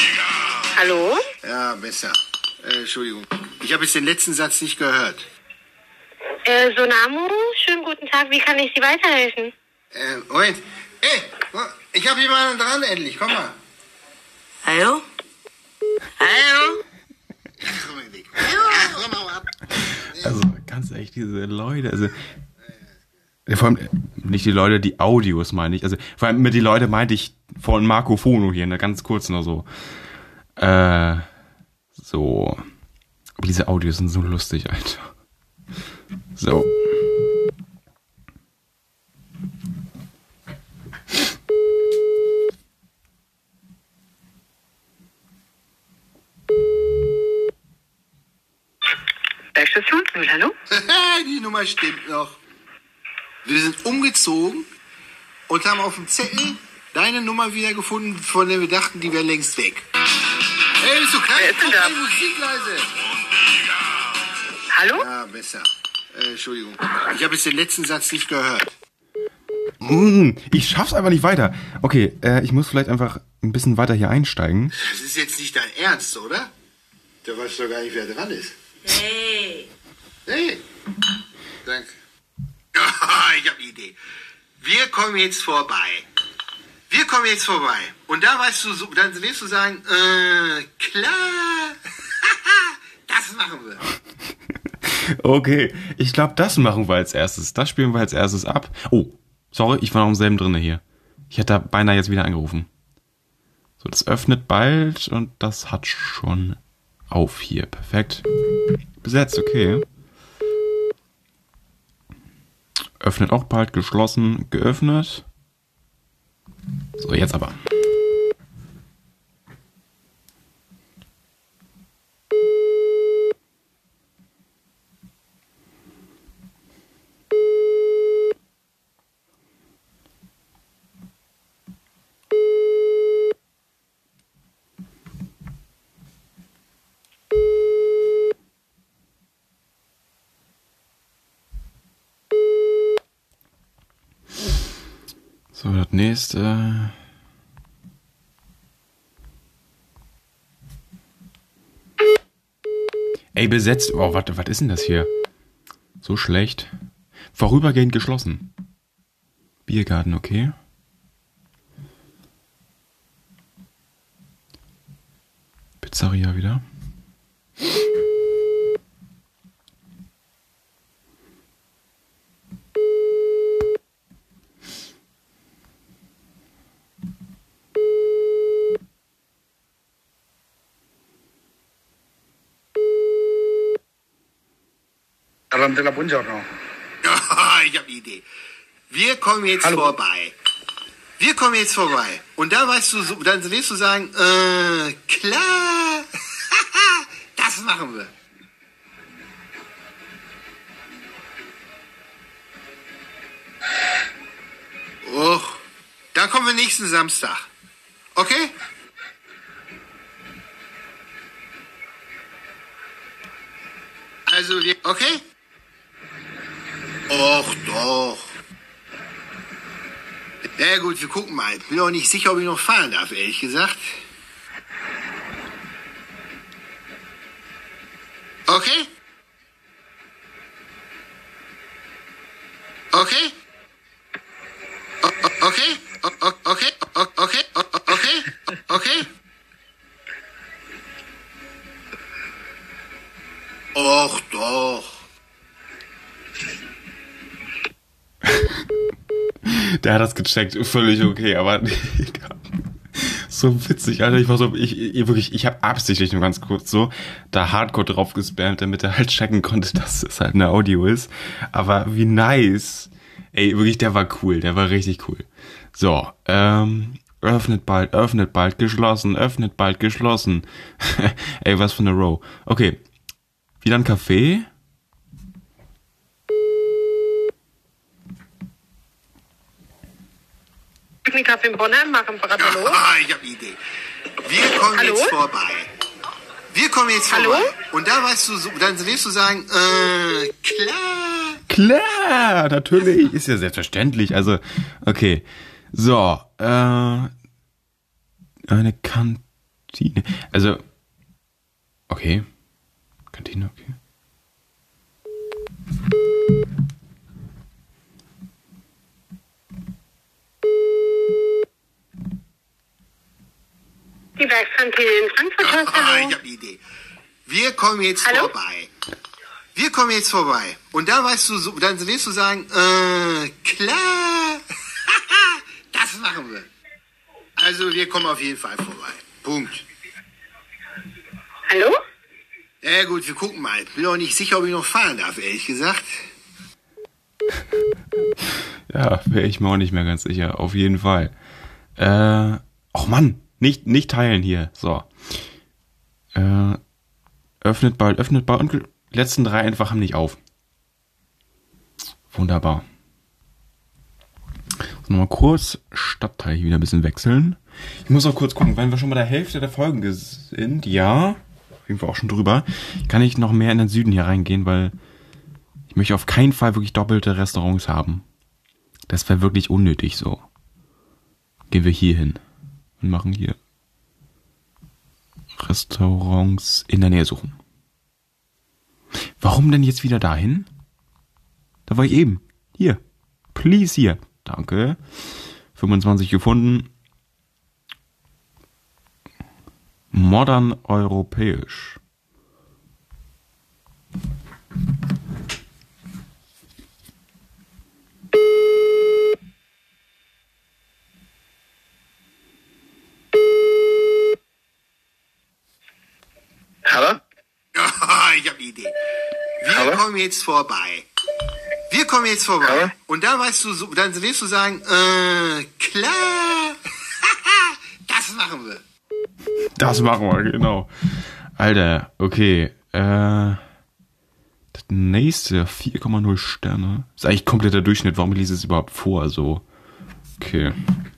Hallo? Ja, besser. Äh, Entschuldigung. Ich habe jetzt den letzten Satz nicht gehört. Äh, Sonamu, schönen guten Tag. Wie kann ich Sie weiterhelfen? Äh, Moment. Ey, ich habe jemanden dran endlich. Komm mal. Hallo? Hallo? Also ganz ehrlich, diese Leute, also vor allem nicht die Leute, die Audios meine ich, also vor allem mit die Leute meinte ich von Marco Fono hier, ne, ganz kurz noch so. Äh, so. Aber diese Audios sind so lustig, Alter. So. Bergstation, hallo? Die Nummer stimmt noch. Wir sind umgezogen und haben auf dem Zettel deine Nummer wiedergefunden, von der wir dachten, die wäre längst weg. Hey, bist du krank? Wer ist denn da? Musik leise. Hallo? Ja, besser. Äh, Entschuldigung. Ich habe jetzt den letzten Satz nicht gehört. Mm, ich schaff's einfach nicht weiter. Okay, äh, ich muss vielleicht einfach ein bisschen weiter hier einsteigen. Das ist jetzt nicht dein Ernst, oder? Da weißt du doch gar nicht, wer dran ist. Hey. Hey. Danke. Ich habe eine Idee. Wir kommen jetzt vorbei. Wir kommen jetzt vorbei. Und da weißt du, so, dann wirst du sagen, äh, klar. Das machen wir. Okay, ich glaube, das machen wir als erstes. Das spielen wir als erstes ab. Oh, sorry, ich war noch im selben drinne hier. Ich hätte da beinahe jetzt wieder angerufen. So, das öffnet bald und das hat schon auf hier. Perfekt. Besetzt, okay. Öffnet auch bald, geschlossen, geöffnet. So, jetzt aber. So, das nächste. Ey, besetzt. Oh, warte, was ist denn das hier? So schlecht. Vorübergehend geschlossen. Biergarten, okay. Pizzeria wieder. Tarantella, buongiorno. Ich habe eine Idee. Wir kommen jetzt Hallo. vorbei. Wir kommen jetzt vorbei. Und da weißt du, dann wirst du sagen, äh, klar. Das machen wir. Och, dann kommen wir nächsten Samstag. Okay? Also, wir, okay? Och, doch. Na ja, gut, wir gucken mal. Ich bin auch nicht sicher, ob ich noch fahren darf, ehrlich gesagt. Okay? Okay? O- o- okay? O- o- okay? O- okay? O- okay? Okay? Och, doch. Der hat das gecheckt, völlig okay, aber so witzig, Alter. Ich war so, ich, ich wirklich, ich habe absichtlich nur ganz kurz so da Hardcore drauf gespammt, damit er halt checken konnte, dass es halt eine Audio ist. Aber wie nice. Ey, wirklich, der war cool, der war richtig cool. So, ähm, öffnet bald, öffnet bald, geschlossen, öffnet bald, geschlossen. Ey, was für eine Row. Okay, wieder ein Kaffee. Kaffee in Bonn machen, Hallo? Ah, ich habe eine Idee. Wir kommen Hallo? jetzt vorbei. Wir kommen jetzt Hallo? vorbei. Und da weißt du, dann wirst du sagen, äh, klar. Klar, natürlich. Ist ja selbstverständlich. Also, okay. So, äh, eine Kantine. Kantine. Also, okay. Kantine, okay. Die Werkskantine in Frankfurt. Ah, ich habe eine Idee. Wir kommen jetzt Hallo? vorbei. Wir kommen jetzt vorbei. Und dann weißt du, so, dann wirst du sagen, äh, klar. Das machen wir. Also wir kommen auf jeden Fall vorbei. Punkt. Hallo? Ja gut, wir gucken mal. Bin auch nicht sicher, ob ich noch fahren darf, ehrlich gesagt. Ja, wäre ich mir auch nicht mehr ganz sicher. Auf jeden Fall. Äh, ach Mann, nicht, nicht teilen hier. So. Äh, öffnet bald, öffnet bald und die letzten drei einfach haben nicht auf. Wunderbar. So, nochmal kurz Stadtteil hier wieder ein bisschen wechseln. Ich muss auch kurz gucken, wenn wir schon bei der Hälfte der Folgen sind, ja, auf jeden Fall auch schon drüber, kann ich noch mehr in den Süden hier reingehen, weil ich möchte auf keinen Fall wirklich doppelte Restaurants haben. Das wäre wirklich unnötig so. Gehen wir hier hin und machen hier Restaurants in der Nähe suchen. Warum denn jetzt wieder dahin? Da war ich eben. Hier. Please hier. Danke. fünfundzwanzig gefunden. Modern europäisch. Hallo? Ich habe eine Idee. Wir Hallo? kommen jetzt vorbei. Wir kommen jetzt vorbei. Hallo? Und dann weißt du, so, dann wirst du sagen, äh, klar. Das machen wir. Das machen wir, genau. Alter, okay. Äh, das nächste, vier Komma null Sterne. Ist eigentlich kompletter Durchschnitt. Warum liest es überhaupt vor? So. Okay.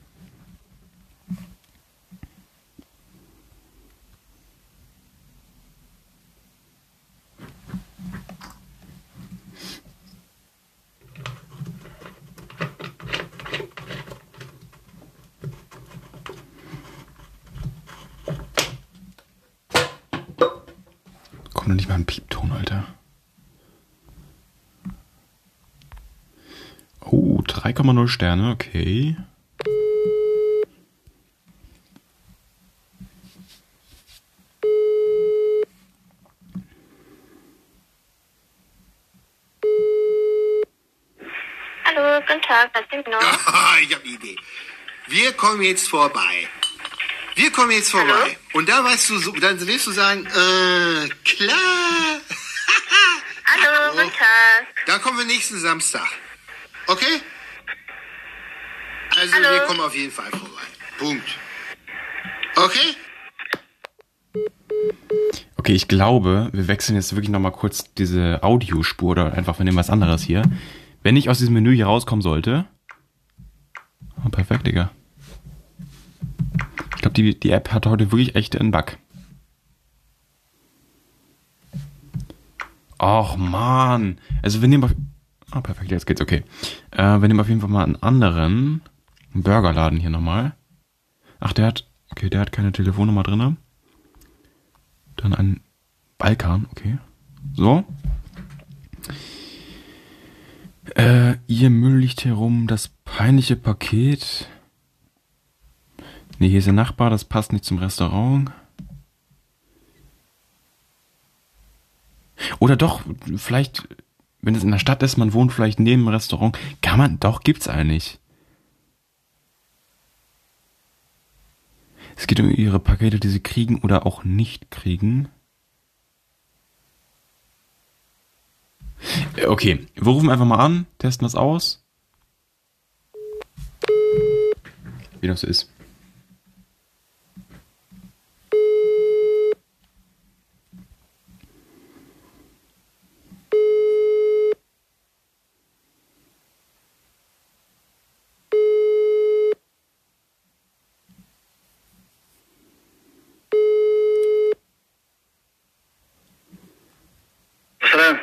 Kommt noch nicht mal ein Piepton, Alter. Oh, drei Komma null Sterne, okay. Hallo, guten Tag, was sind noch? Ich habe eine Idee. Wir kommen jetzt vorbei. Wir kommen jetzt vorbei. Hallo? Und dann weißt du, so, dann wirst du sagen, äh, klar. Hallo, guten Tag. Dann kommen wir nächsten Samstag. Okay? Also Hallo? Wir kommen auf jeden Fall vorbei. Punkt. Okay? Okay, ich glaube, wir wechseln jetzt wirklich nochmal kurz diese Audiospur oder einfach wir nehmen was anderes hier. Wenn ich aus diesem Menü hier rauskommen sollte. Oh, perfekt, Digga. Ich glaube, die, die App hat heute wirklich echt einen Bug. Och, man. Also wir nehmen auf... Ah, oh, perfekt, jetzt geht's, okay. Äh, wir nehmen auf jeden Fall mal einen anderen einen Burgerladen hier nochmal. Ach, der hat... Okay, der hat keine Telefonnummer drin. Dann ein Balkan, okay. So. Äh, ihr Müll liegt herum, das peinliche Paket... Nee, hier ist der Nachbar, das passt nicht zum Restaurant. Oder doch, vielleicht, wenn es in der Stadt ist, man wohnt vielleicht neben dem Restaurant, kann man, doch, gibt's eigentlich. Es geht um ihre Pakete, die sie kriegen oder auch nicht kriegen. Okay, wir rufen einfach mal an, testen das aus. Wie das so ist.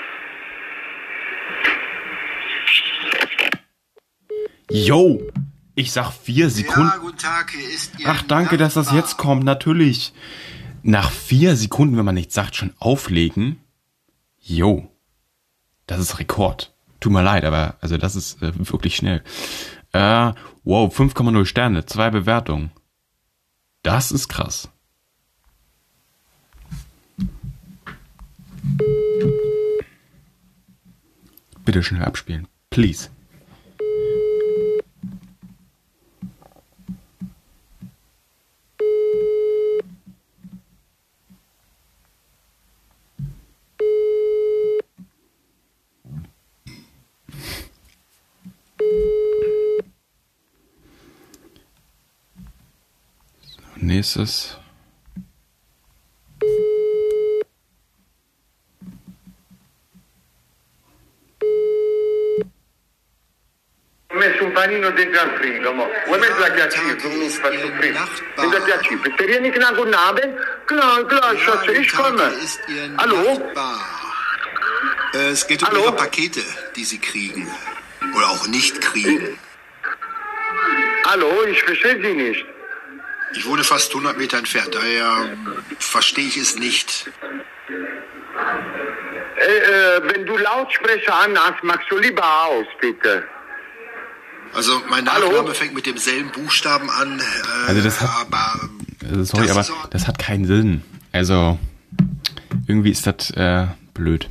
Yo, Ich sag vier Sekunden. Ja, guten Tag, hier ist Ihr Ach, danke, dass das jetzt kommt, natürlich. Nach vier Sekunden, wenn man nichts sagt, schon auflegen? Jo. Das ist Rekord. Tut mir leid, aber also das ist äh, wirklich schnell. Äh, wow, fünf Komma null Sterne, zwei Bewertungen. Das ist krass. Bitte schnell abspielen. Please. Nächstes. Ho messo un panino dentro al frigo, mo. Vuoi mettere la piaciva con un pezzo frigo? Mi da piaciva. Per ihr nicht nach guten Abend? Klar, klar, Schatz, ich komme. Hallo? Äh, es geht um Hallo? Ihre Pakete, die Sie kriegen. Oder auch nicht kriegen. Hallo, ich verstehe Sie nicht. Ich wohne fast hundert Meter entfernt, daher verstehe ich es nicht. Äh, äh, wenn du Lautsprecher anhast, machst du lieber aus, bitte. Also mein Nachname fängt mit demselben Buchstaben an. Äh, Also das hat, aber, also sorry, das aber ist auch- das hat keinen Sinn. Also irgendwie ist das äh, blöd.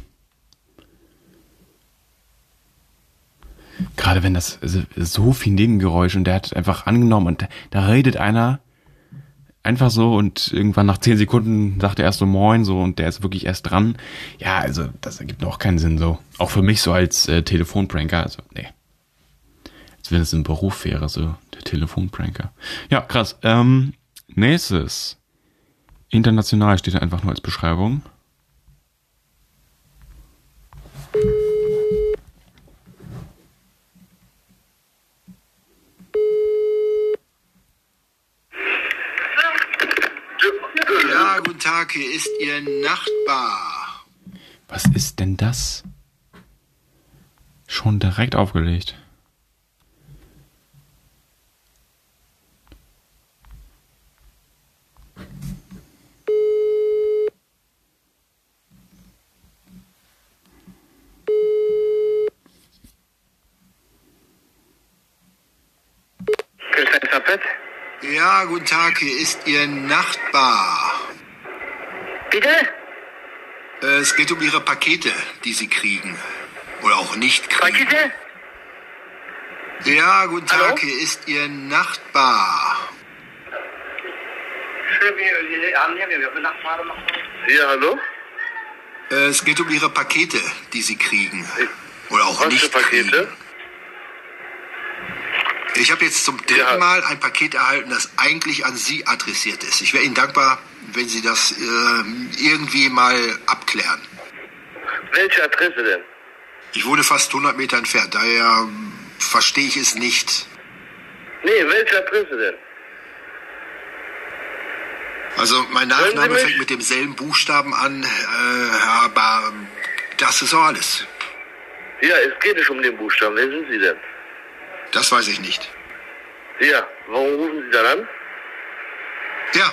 Gerade wenn das so, so viel Nebengeräusch und der hat einfach angenommen und da redet einer einfach so und irgendwann nach zehn Sekunden sagt er erst so Moin so und der ist wirklich erst dran. Ja, also das ergibt auch keinen Sinn so. Auch für mich so als äh, Telefonpranker, also nee. Als wenn es im Beruf wäre, so der Telefonpranker. Ja, krass. Ähm, nächstes. International steht da einfach nur als Beschreibung. Ja, guten Tag, hier ist Ihr Nachbar. Was ist denn das? Schon direkt aufgelegt. Christian Zappet? Ja, guten Tag, hier ist Ihr Nachbar. Bitte? Äh, es geht um Ihre Pakete, die Sie kriegen. Oder auch nicht kriegen. Pakete? Ja, guten Tag, Hallo? hier ist Ihr Nachbar. Ja, hallo? Äh, es geht um Ihre Pakete, die Sie kriegen. Oder auch Was nicht für Pakete? kriegen. Ich habe jetzt zum dritten Ja. Mal ein Paket erhalten, das eigentlich an Sie adressiert ist. Ich wäre Ihnen dankbar, wenn Sie das äh, irgendwie mal abklären. Welche Adresse denn? Ich wohne fast hundert Meter entfernt, daher ähm, verstehe ich es nicht. Nee, welche Adresse denn? Also mein Hören Sie Nachname mich? fängt mit demselben Buchstaben an, äh, aber ähm, das ist auch alles. Ja, es geht nicht um den Buchstaben. Wer sind Sie denn? Das weiß ich nicht. Ja, warum rufen Sie dann an? Ja.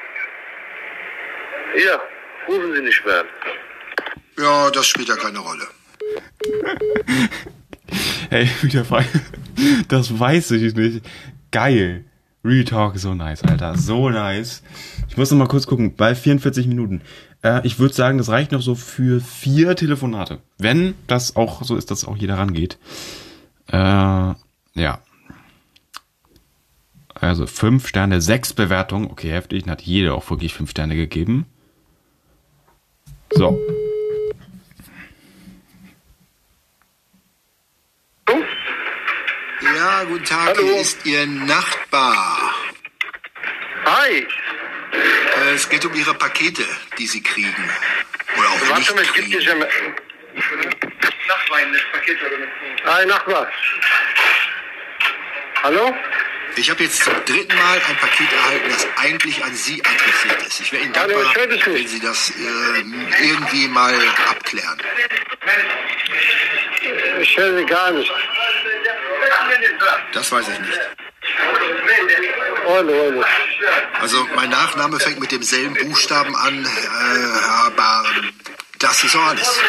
Ja, rufen Sie nicht mehr an. Ja, das spielt ja keine Rolle. Hey, wieder frei. Das weiß ich nicht. Geil. Real Talk, so nice, Alter. So nice. Ich muss noch mal kurz gucken. Bei vierundvierzig Minuten. Äh, ich würde sagen, das reicht noch so für vier Telefonate. Wenn das auch so ist, dass auch jeder rangeht. Äh, ja. Also fünf Sterne, sechs Bewertungen. Okay, heftig. Dann hat jeder auch wirklich fünf Sterne gegeben. So. Ja, guten Tag, Hallo. hier ist Ihr Nachbar. Hi. Äh, es geht um Ihre Pakete, die Sie kriegen. Oder auch Warte nicht mal, es gibt kriegen. nicht mehr. Nachwein, das Paket oder nicht? Hi, Nachbar. Hallo? Ich habe jetzt zum dritten Mal ein Paket erhalten, das eigentlich an Sie adressiert ist. Ich wäre Ihnen Hallo, dankbar, ich höre dich nicht. wenn Sie das äh, irgendwie mal abklären. Ich höre Sie gar nicht. Das weiß ich nicht. Also mein Nachname fängt mit demselben Buchstaben an, äh, aber das ist auch alles.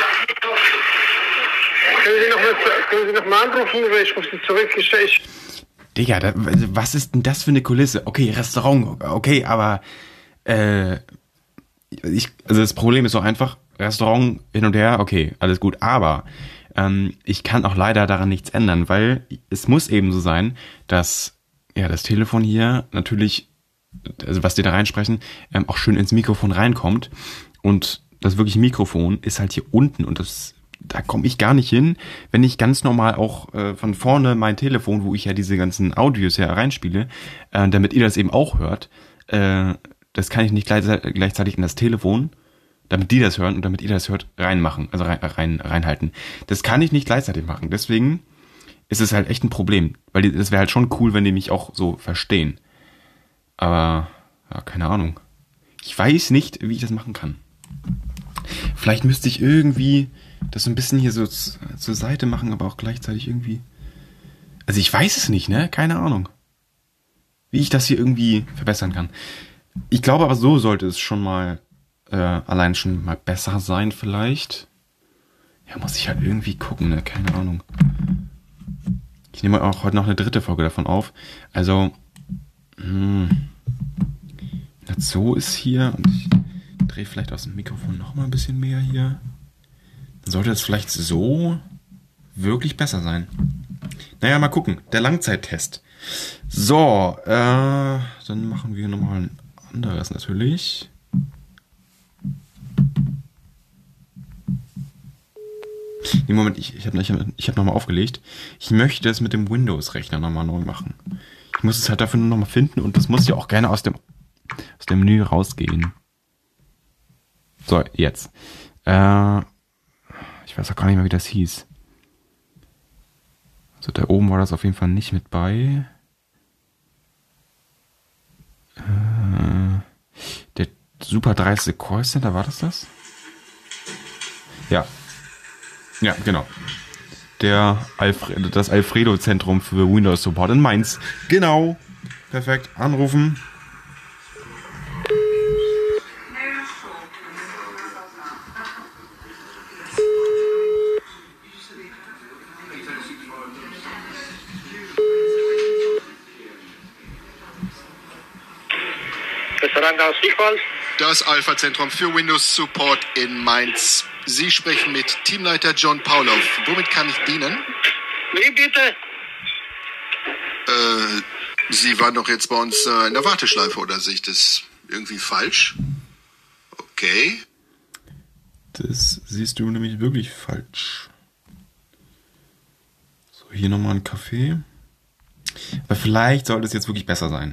Können Sie noch mal, können Sie noch mal anrufen, oder ich rufe Sie zurück? Ich, ich Digga, da, was ist denn das für eine Kulisse? Okay, Restaurant, okay, aber äh, ich, also das Problem ist so einfach, Restaurant hin und her, okay, alles gut, aber ähm, ich kann auch leider daran nichts ändern, weil es muss eben so sein, dass ja das Telefon hier natürlich, also was die da reinsprechen, ähm, auch schön ins Mikrofon reinkommt und das wirkliche Mikrofon ist halt hier unten und das da komme ich gar nicht hin, wenn ich ganz normal auch äh, von vorne mein Telefon, wo ich ja diese ganzen Audios ja reinspiele, äh, damit ihr das eben auch hört, äh, das kann ich nicht gleich, gleichzeitig in das Telefon, damit die das hören und damit ihr das hört, reinmachen, also rein, rein, reinhalten. Das kann ich nicht gleichzeitig machen. Deswegen ist es halt echt ein Problem, weil die, das wäre halt schon cool, wenn die mich auch so verstehen. Aber, ja, keine Ahnung. Ich weiß nicht, wie ich das machen kann. Vielleicht müsste ich irgendwie das so ein bisschen hier so z- zur Seite machen, aber auch gleichzeitig irgendwie... Also ich weiß es nicht, ne? Keine Ahnung. Wie ich das hier irgendwie verbessern kann. Ich glaube aber, so sollte es schon mal äh, allein schon mal besser sein vielleicht. Ja, muss ich halt irgendwie gucken, ne? Keine Ahnung. Ich nehme auch heute noch eine dritte Folge davon auf. Also, hm, das so ist hier und ich drehe vielleicht aus dem Mikrofon noch mal ein bisschen mehr hier. Dann sollte das vielleicht so wirklich besser sein. Naja, mal gucken. Der Langzeittest. So, äh, dann machen wir nochmal ein anderes natürlich. Nee, Moment, ich, ich habe ich hab, ich hab nochmal aufgelegt. Ich möchte es mit dem Windows-Rechner nochmal neu machen. Ich muss es halt dafür nur nochmal finden und das muss ja auch gerne aus dem, aus dem Menü rausgehen. So, jetzt. Äh, ich weiß auch gar nicht mehr, wie das hieß. Also da oben war das auf jeden Fall nicht mit bei. Äh, der Super dreiste Call Center, war das das? Ja. Ja, genau. Der Alfred, das Alfredo-Zentrum für Windows Support in Mainz. Genau. Perfekt. Anrufen. Das Alpha-Zentrum für Windows Support in Mainz. Sie sprechen mit Teamleiter John Pauloff. Womit kann ich dienen? Wie bitte? Äh, Sie waren doch jetzt bei uns äh, in der Warteschleife, oder sehe ich das irgendwie falsch? Okay. Das siehst du nämlich wirklich falsch. So, hier nochmal ein Kaffee. Aber vielleicht sollte es jetzt wirklich besser sein.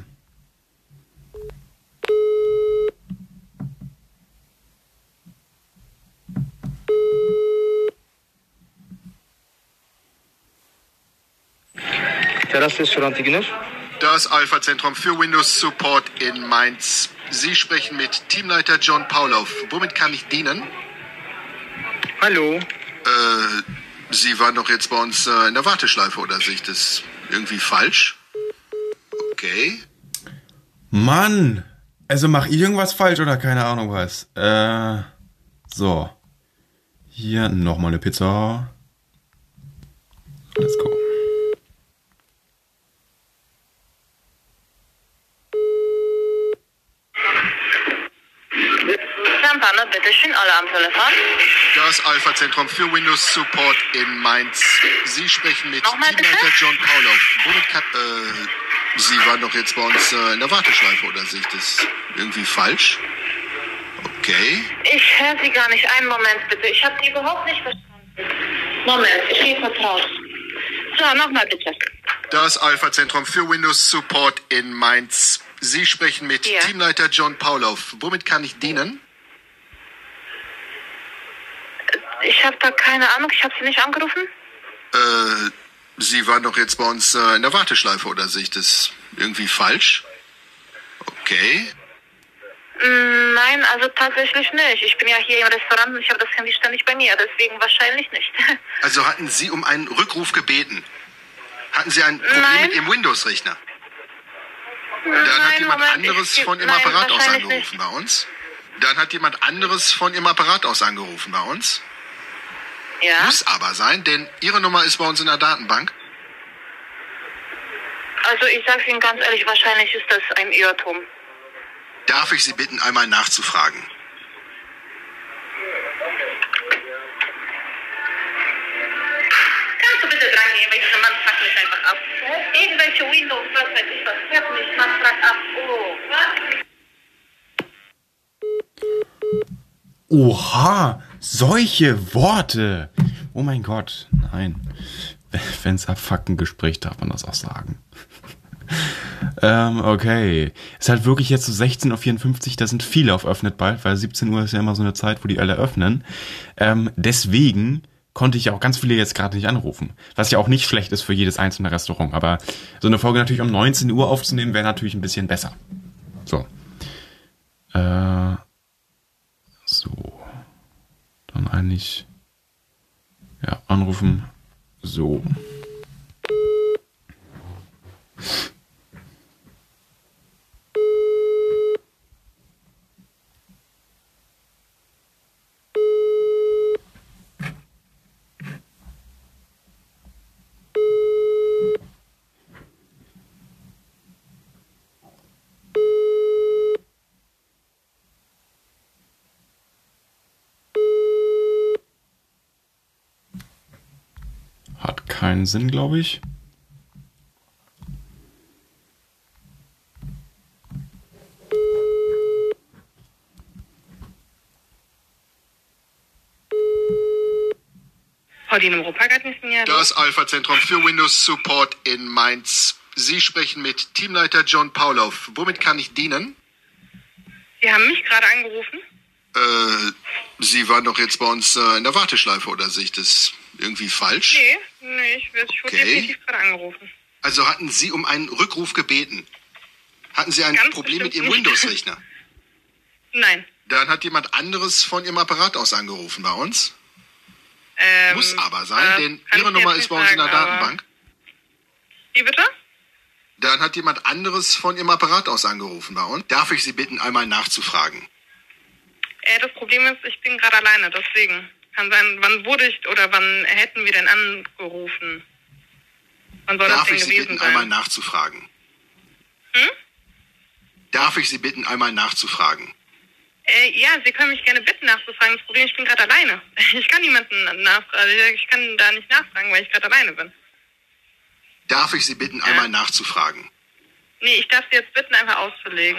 Das Alpha-Zentrum für Windows Support in Mainz. Sie sprechen mit Teamleiter John Pauloff. Womit kann ich dienen? Hallo. Äh, Sie waren doch jetzt bei uns äh, in der Warteschleife, oder sehe ich das irgendwie falsch? Okay. Mann! Also mach ich irgendwas falsch oder keine Ahnung was. Äh, so. Hier nochmal eine Pizza. Let's go. Zampano, bitteschön, alle am Telefon. Das Alpha-Zentrum für Windows Support in Mainz. Sie sprechen mit Nochmal Teamleiter bitte? John Pauloff. Womit kann... Äh, Sie waren doch jetzt bei uns äh, in der Warteschleife, oder sehe ich das irgendwie falsch? Okay. Ich höre Sie gar nicht. Einen Moment bitte. Ich habe Sie überhaupt nicht verstanden. Moment, ich gehe kurz raus. So, nochmal bitte. Das Alpha-Zentrum für Windows Support in Mainz. Sie sprechen mit Ja. Teamleiter John Pauloff. Womit kann ich dienen? Ich habe da keine Ahnung. Ich habe Sie nicht angerufen. Äh, Sie waren doch jetzt bei uns äh, in der Warteschleife, oder sehe ich das irgendwie falsch? Okay. Mm, Nein, also tatsächlich nicht. Ich bin ja hier im Restaurant und ich habe das Handy ständig bei mir. Deswegen wahrscheinlich nicht. Also hatten Sie um einen Rückruf gebeten? Hatten Sie ein Problem Nein. mit Ihrem Windows-Rechner? Dann hat jemand Moment, anderes ich- von Ihrem nein, Apparat aus wahrscheinlich angerufen bei uns. Dann hat jemand anderes von Ihrem Apparat aus angerufen bei uns. Ja? Muss aber sein, denn Ihre Nummer ist bei uns in der Datenbank. Also ich sage Ihnen ganz ehrlich, wahrscheinlich ist das ein Irrtum. Darf ich Sie bitten, einmal nachzufragen? Kannst du bitte dran gehen, weil dieser Mann fragt mich einfach ab. Irgendwelche Windows, was weiß ich was, hört mich, Mann fragt ab. Oh, was? Oha, solche Worte. Oh mein Gott, nein. Wenn's abfuckt, ein Gespräch, darf man das auch sagen. ähm, okay. Ist halt wirklich jetzt so sechzehn Uhr vierundfünfzig, da sind viele auf öffnet bald, weil siebzehn Uhr ist ja immer so eine Zeit, wo die alle öffnen. Ähm, deswegen konnte ich auch ganz viele jetzt gerade nicht anrufen. Was ja auch nicht schlecht ist für jedes einzelne Restaurant. Aber so eine Folge natürlich um neunzehn Uhr aufzunehmen, wäre natürlich ein bisschen besser. So. Äh, so. Dann eigentlich, ja, anrufen. So. Hat keinen Sinn, glaube ich. Pauline Europagarten ist mir. Das Alpha-Zentrum für Windows Support in Mainz. Sie sprechen mit Teamleiter John Paulow. Womit kann ich dienen? Sie haben mich gerade angerufen? Äh, Sie waren doch jetzt bei uns äh, in der Warteschleife, oder sehe ich das irgendwie falsch? Nee, nee, ich, ich wurde Okay. definitiv gerade angerufen. Also hatten Sie um einen Rückruf gebeten? Hatten Sie ein Ganz Problem mit bestimmt Ihrem nicht. Windows-Rechner? Nein. Dann hat jemand anderes von Ihrem Apparat aus angerufen bei uns. Ähm, Muss aber sein, äh, denn kann Ihre ich dir Nummer jetzt ist bei nicht uns in der sagen, aber- Datenbank. Wie bitte? Dann hat jemand anderes von Ihrem Apparat aus angerufen bei uns. Darf ich Sie bitten, einmal nachzufragen? Äh, das Problem ist, ich bin gerade alleine, deswegen. Kann sein, wann wurde ich oder wann hätten wir denn angerufen? Wann soll Darf das denn ich Sie gewesen bitten, sein? einmal nachzufragen? Hm? Darf ich Sie bitten, einmal nachzufragen? Äh, ja, Sie können mich gerne bitten nachzufragen. Das Problem ist, ich bin gerade alleine. Ich kann niemanden nachfragen. Ich kann da nicht nachfragen, weil ich gerade alleine bin. Darf ich Sie bitten, einmal nachzufragen? Nee, ich darf Sie jetzt bitten, einfach auszulegen.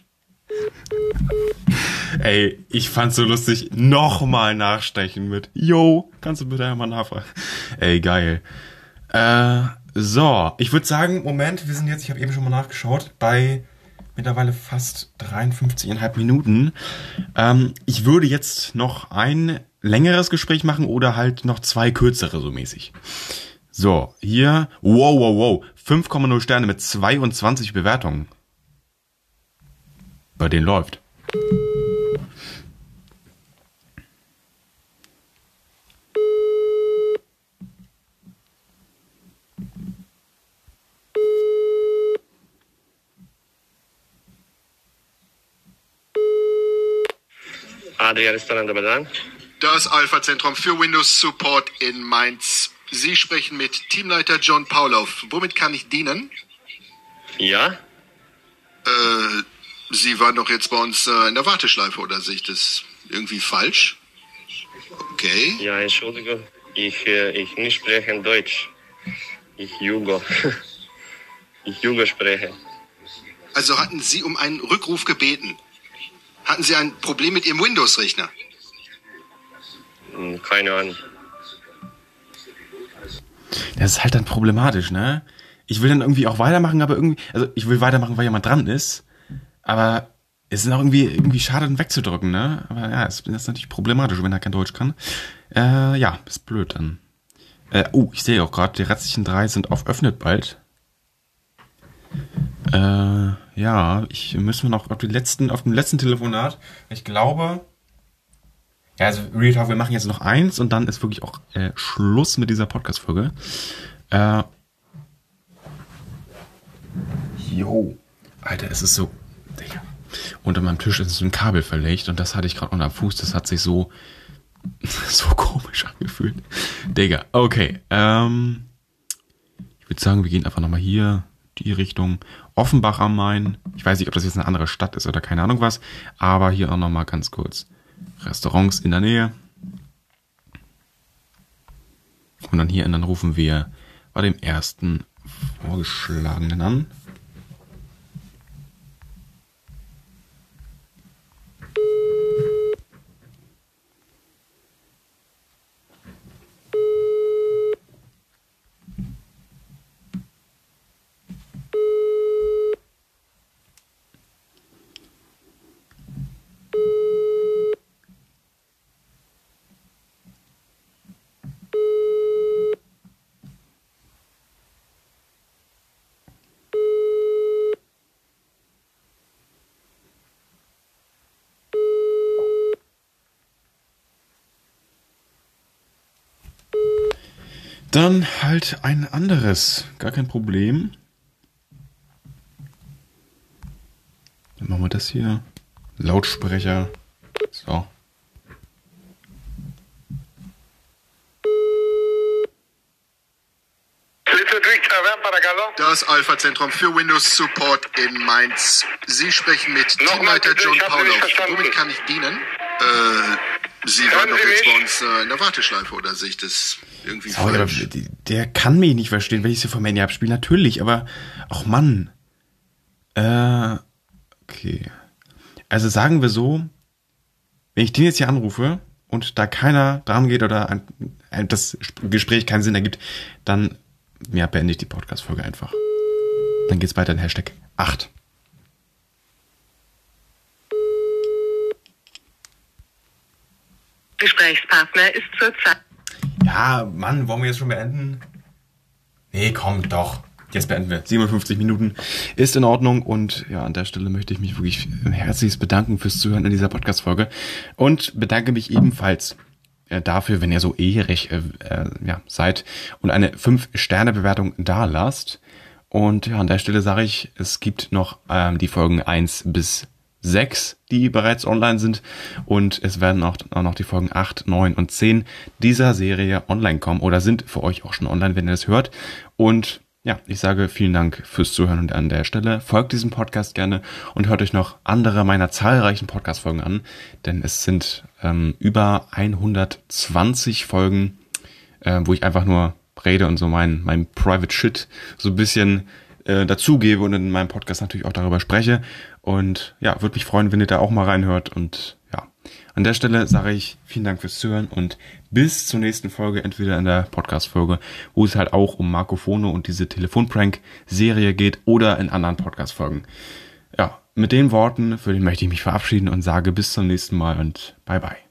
Ey, ich fand's so lustig. Nochmal nachstechen mit Yo, kannst du bitte einmal nachfragen? Ey, geil. Äh, so, ich würde sagen, Moment, wir sind jetzt, ich habe eben schon mal nachgeschaut, bei mittlerweile fast dreiundfünfzig Komma fünf Minuten. Ähm, ich würde jetzt noch ein längeres Gespräch machen oder halt noch zwei kürzere so mäßig. So, hier, wow, wow, wow, fünf Komma null Sterne mit zweiundzwanzig Bewertungen. Bei denen läuft. Adria Restaurant Badan. Das Alpha-Zentrum für Windows Support in Mainz. Sie sprechen mit Teamleiter John Paulow. Womit kann ich dienen? Ja? Äh, Sie waren doch jetzt bei uns äh, in der Warteschleife, oder sehe ich das irgendwie falsch? Okay. Ja, Entschuldigung. Ich, äh, ich nicht spreche Deutsch. Ich Jugo. Ich Jugo spreche. Also hatten Sie um einen Rückruf gebeten? Hatten Sie ein Problem mit Ihrem Windows-Rechner? Hm, keine Ahnung. Das ist halt dann problematisch, ne? Ich will dann irgendwie auch weitermachen, aber irgendwie, also ich will weitermachen, weil jemand dran ist, aber es ist auch irgendwie, irgendwie schade, den wegzudrücken, ne? Aber ja, es ist natürlich problematisch, wenn er kein Deutsch kann. Äh, ja, ist blöd dann. Äh, oh, ich sehe auch gerade, die restlichen drei sind auf öffnet bald. Äh, ja, ich müssen wir noch auf die letzten, auf dem letzten Telefonat. Ich glaube, ja, also Real Talk, wir machen jetzt noch eins und dann ist wirklich auch äh, Schluss mit dieser Podcast-Folge. Äh, jo, Alter, es ist so... Digga. Unter meinem Tisch ist so ein Kabel verlegt und das hatte ich gerade unter dem Fuß. Das hat sich so... so komisch angefühlt. Digga, okay. Ähm, ich würde sagen, wir gehen einfach nochmal hier die Richtung Offenbach am Main. Ich weiß nicht, ob das jetzt eine andere Stadt ist oder keine Ahnung was. Aber hier auch nochmal ganz kurz Restaurants in der Nähe. Und dann hier, und dann rufen wir bei dem ersten Vorgeschlagenen an. Dann halt ein anderes. Gar kein Problem. Dann machen wir das hier. Lautsprecher. So. Das Alpha-Zentrum für Windows Support in Mainz. Sie sprechen mit Teamleiter John Paulow. Womit kann ich dienen? Äh, Sie waren doch jetzt bei uns äh, in der Warteschleife, oder sehe ich das irgendwie Sorry, falsch? aber der kann mich nicht verstehen, wenn ich sie vom Handy abspiele. Natürlich, aber... Ach Mann. Äh, okay. Also sagen wir so, wenn ich den jetzt hier anrufe und da keiner dran geht oder ein, ein, das Gespräch keinen Sinn ergibt, dann ja, beende ich die Podcast-Folge einfach. Dann geht's weiter in Hashtag acht. Gesprächspartner ist zurzeit... Ja, Mann, wollen wir jetzt schon beenden? Nee, komm, doch. Jetzt beenden wir. siebenundfünfzig Minuten ist in Ordnung und ja, an der Stelle möchte ich mich wirklich herzlich bedanken fürs Zuhören in dieser Podcast-Folge und bedanke mich ebenfalls äh, dafür, wenn ihr so ehrig äh, äh, ja, seid und eine fünf Sterne Bewertung da lasst. Und ja, an der Stelle sage ich, es gibt noch ähm, die Folgen eins bis sechs, die bereits online sind und es werden auch, auch noch die Folgen acht, neun und zehn dieser Serie online kommen oder sind für euch auch schon online, wenn ihr das hört. Und ja, ich sage vielen Dank fürs Zuhören und an der Stelle folgt diesem Podcast gerne und hört euch noch andere meiner zahlreichen Podcast-Folgen an, denn es sind ähm, über hundertzwanzig Folgen, äh, wo ich einfach nur rede und so mein, mein Private Shit so ein bisschen äh, dazugebe und in meinem Podcast natürlich auch darüber spreche. Und ja, würde mich freuen, wenn ihr da auch mal reinhört. Und ja, an der Stelle sage ich vielen Dank fürs Zuhören und bis zur nächsten Folge, entweder in der Podcast-Folge, wo es halt auch um Marco Fono und diese Telefonprank-Serie geht oder in anderen Podcast-Folgen. Ja, mit den Worten für den möchte ich mich verabschieden und sage bis zum nächsten Mal und bye bye.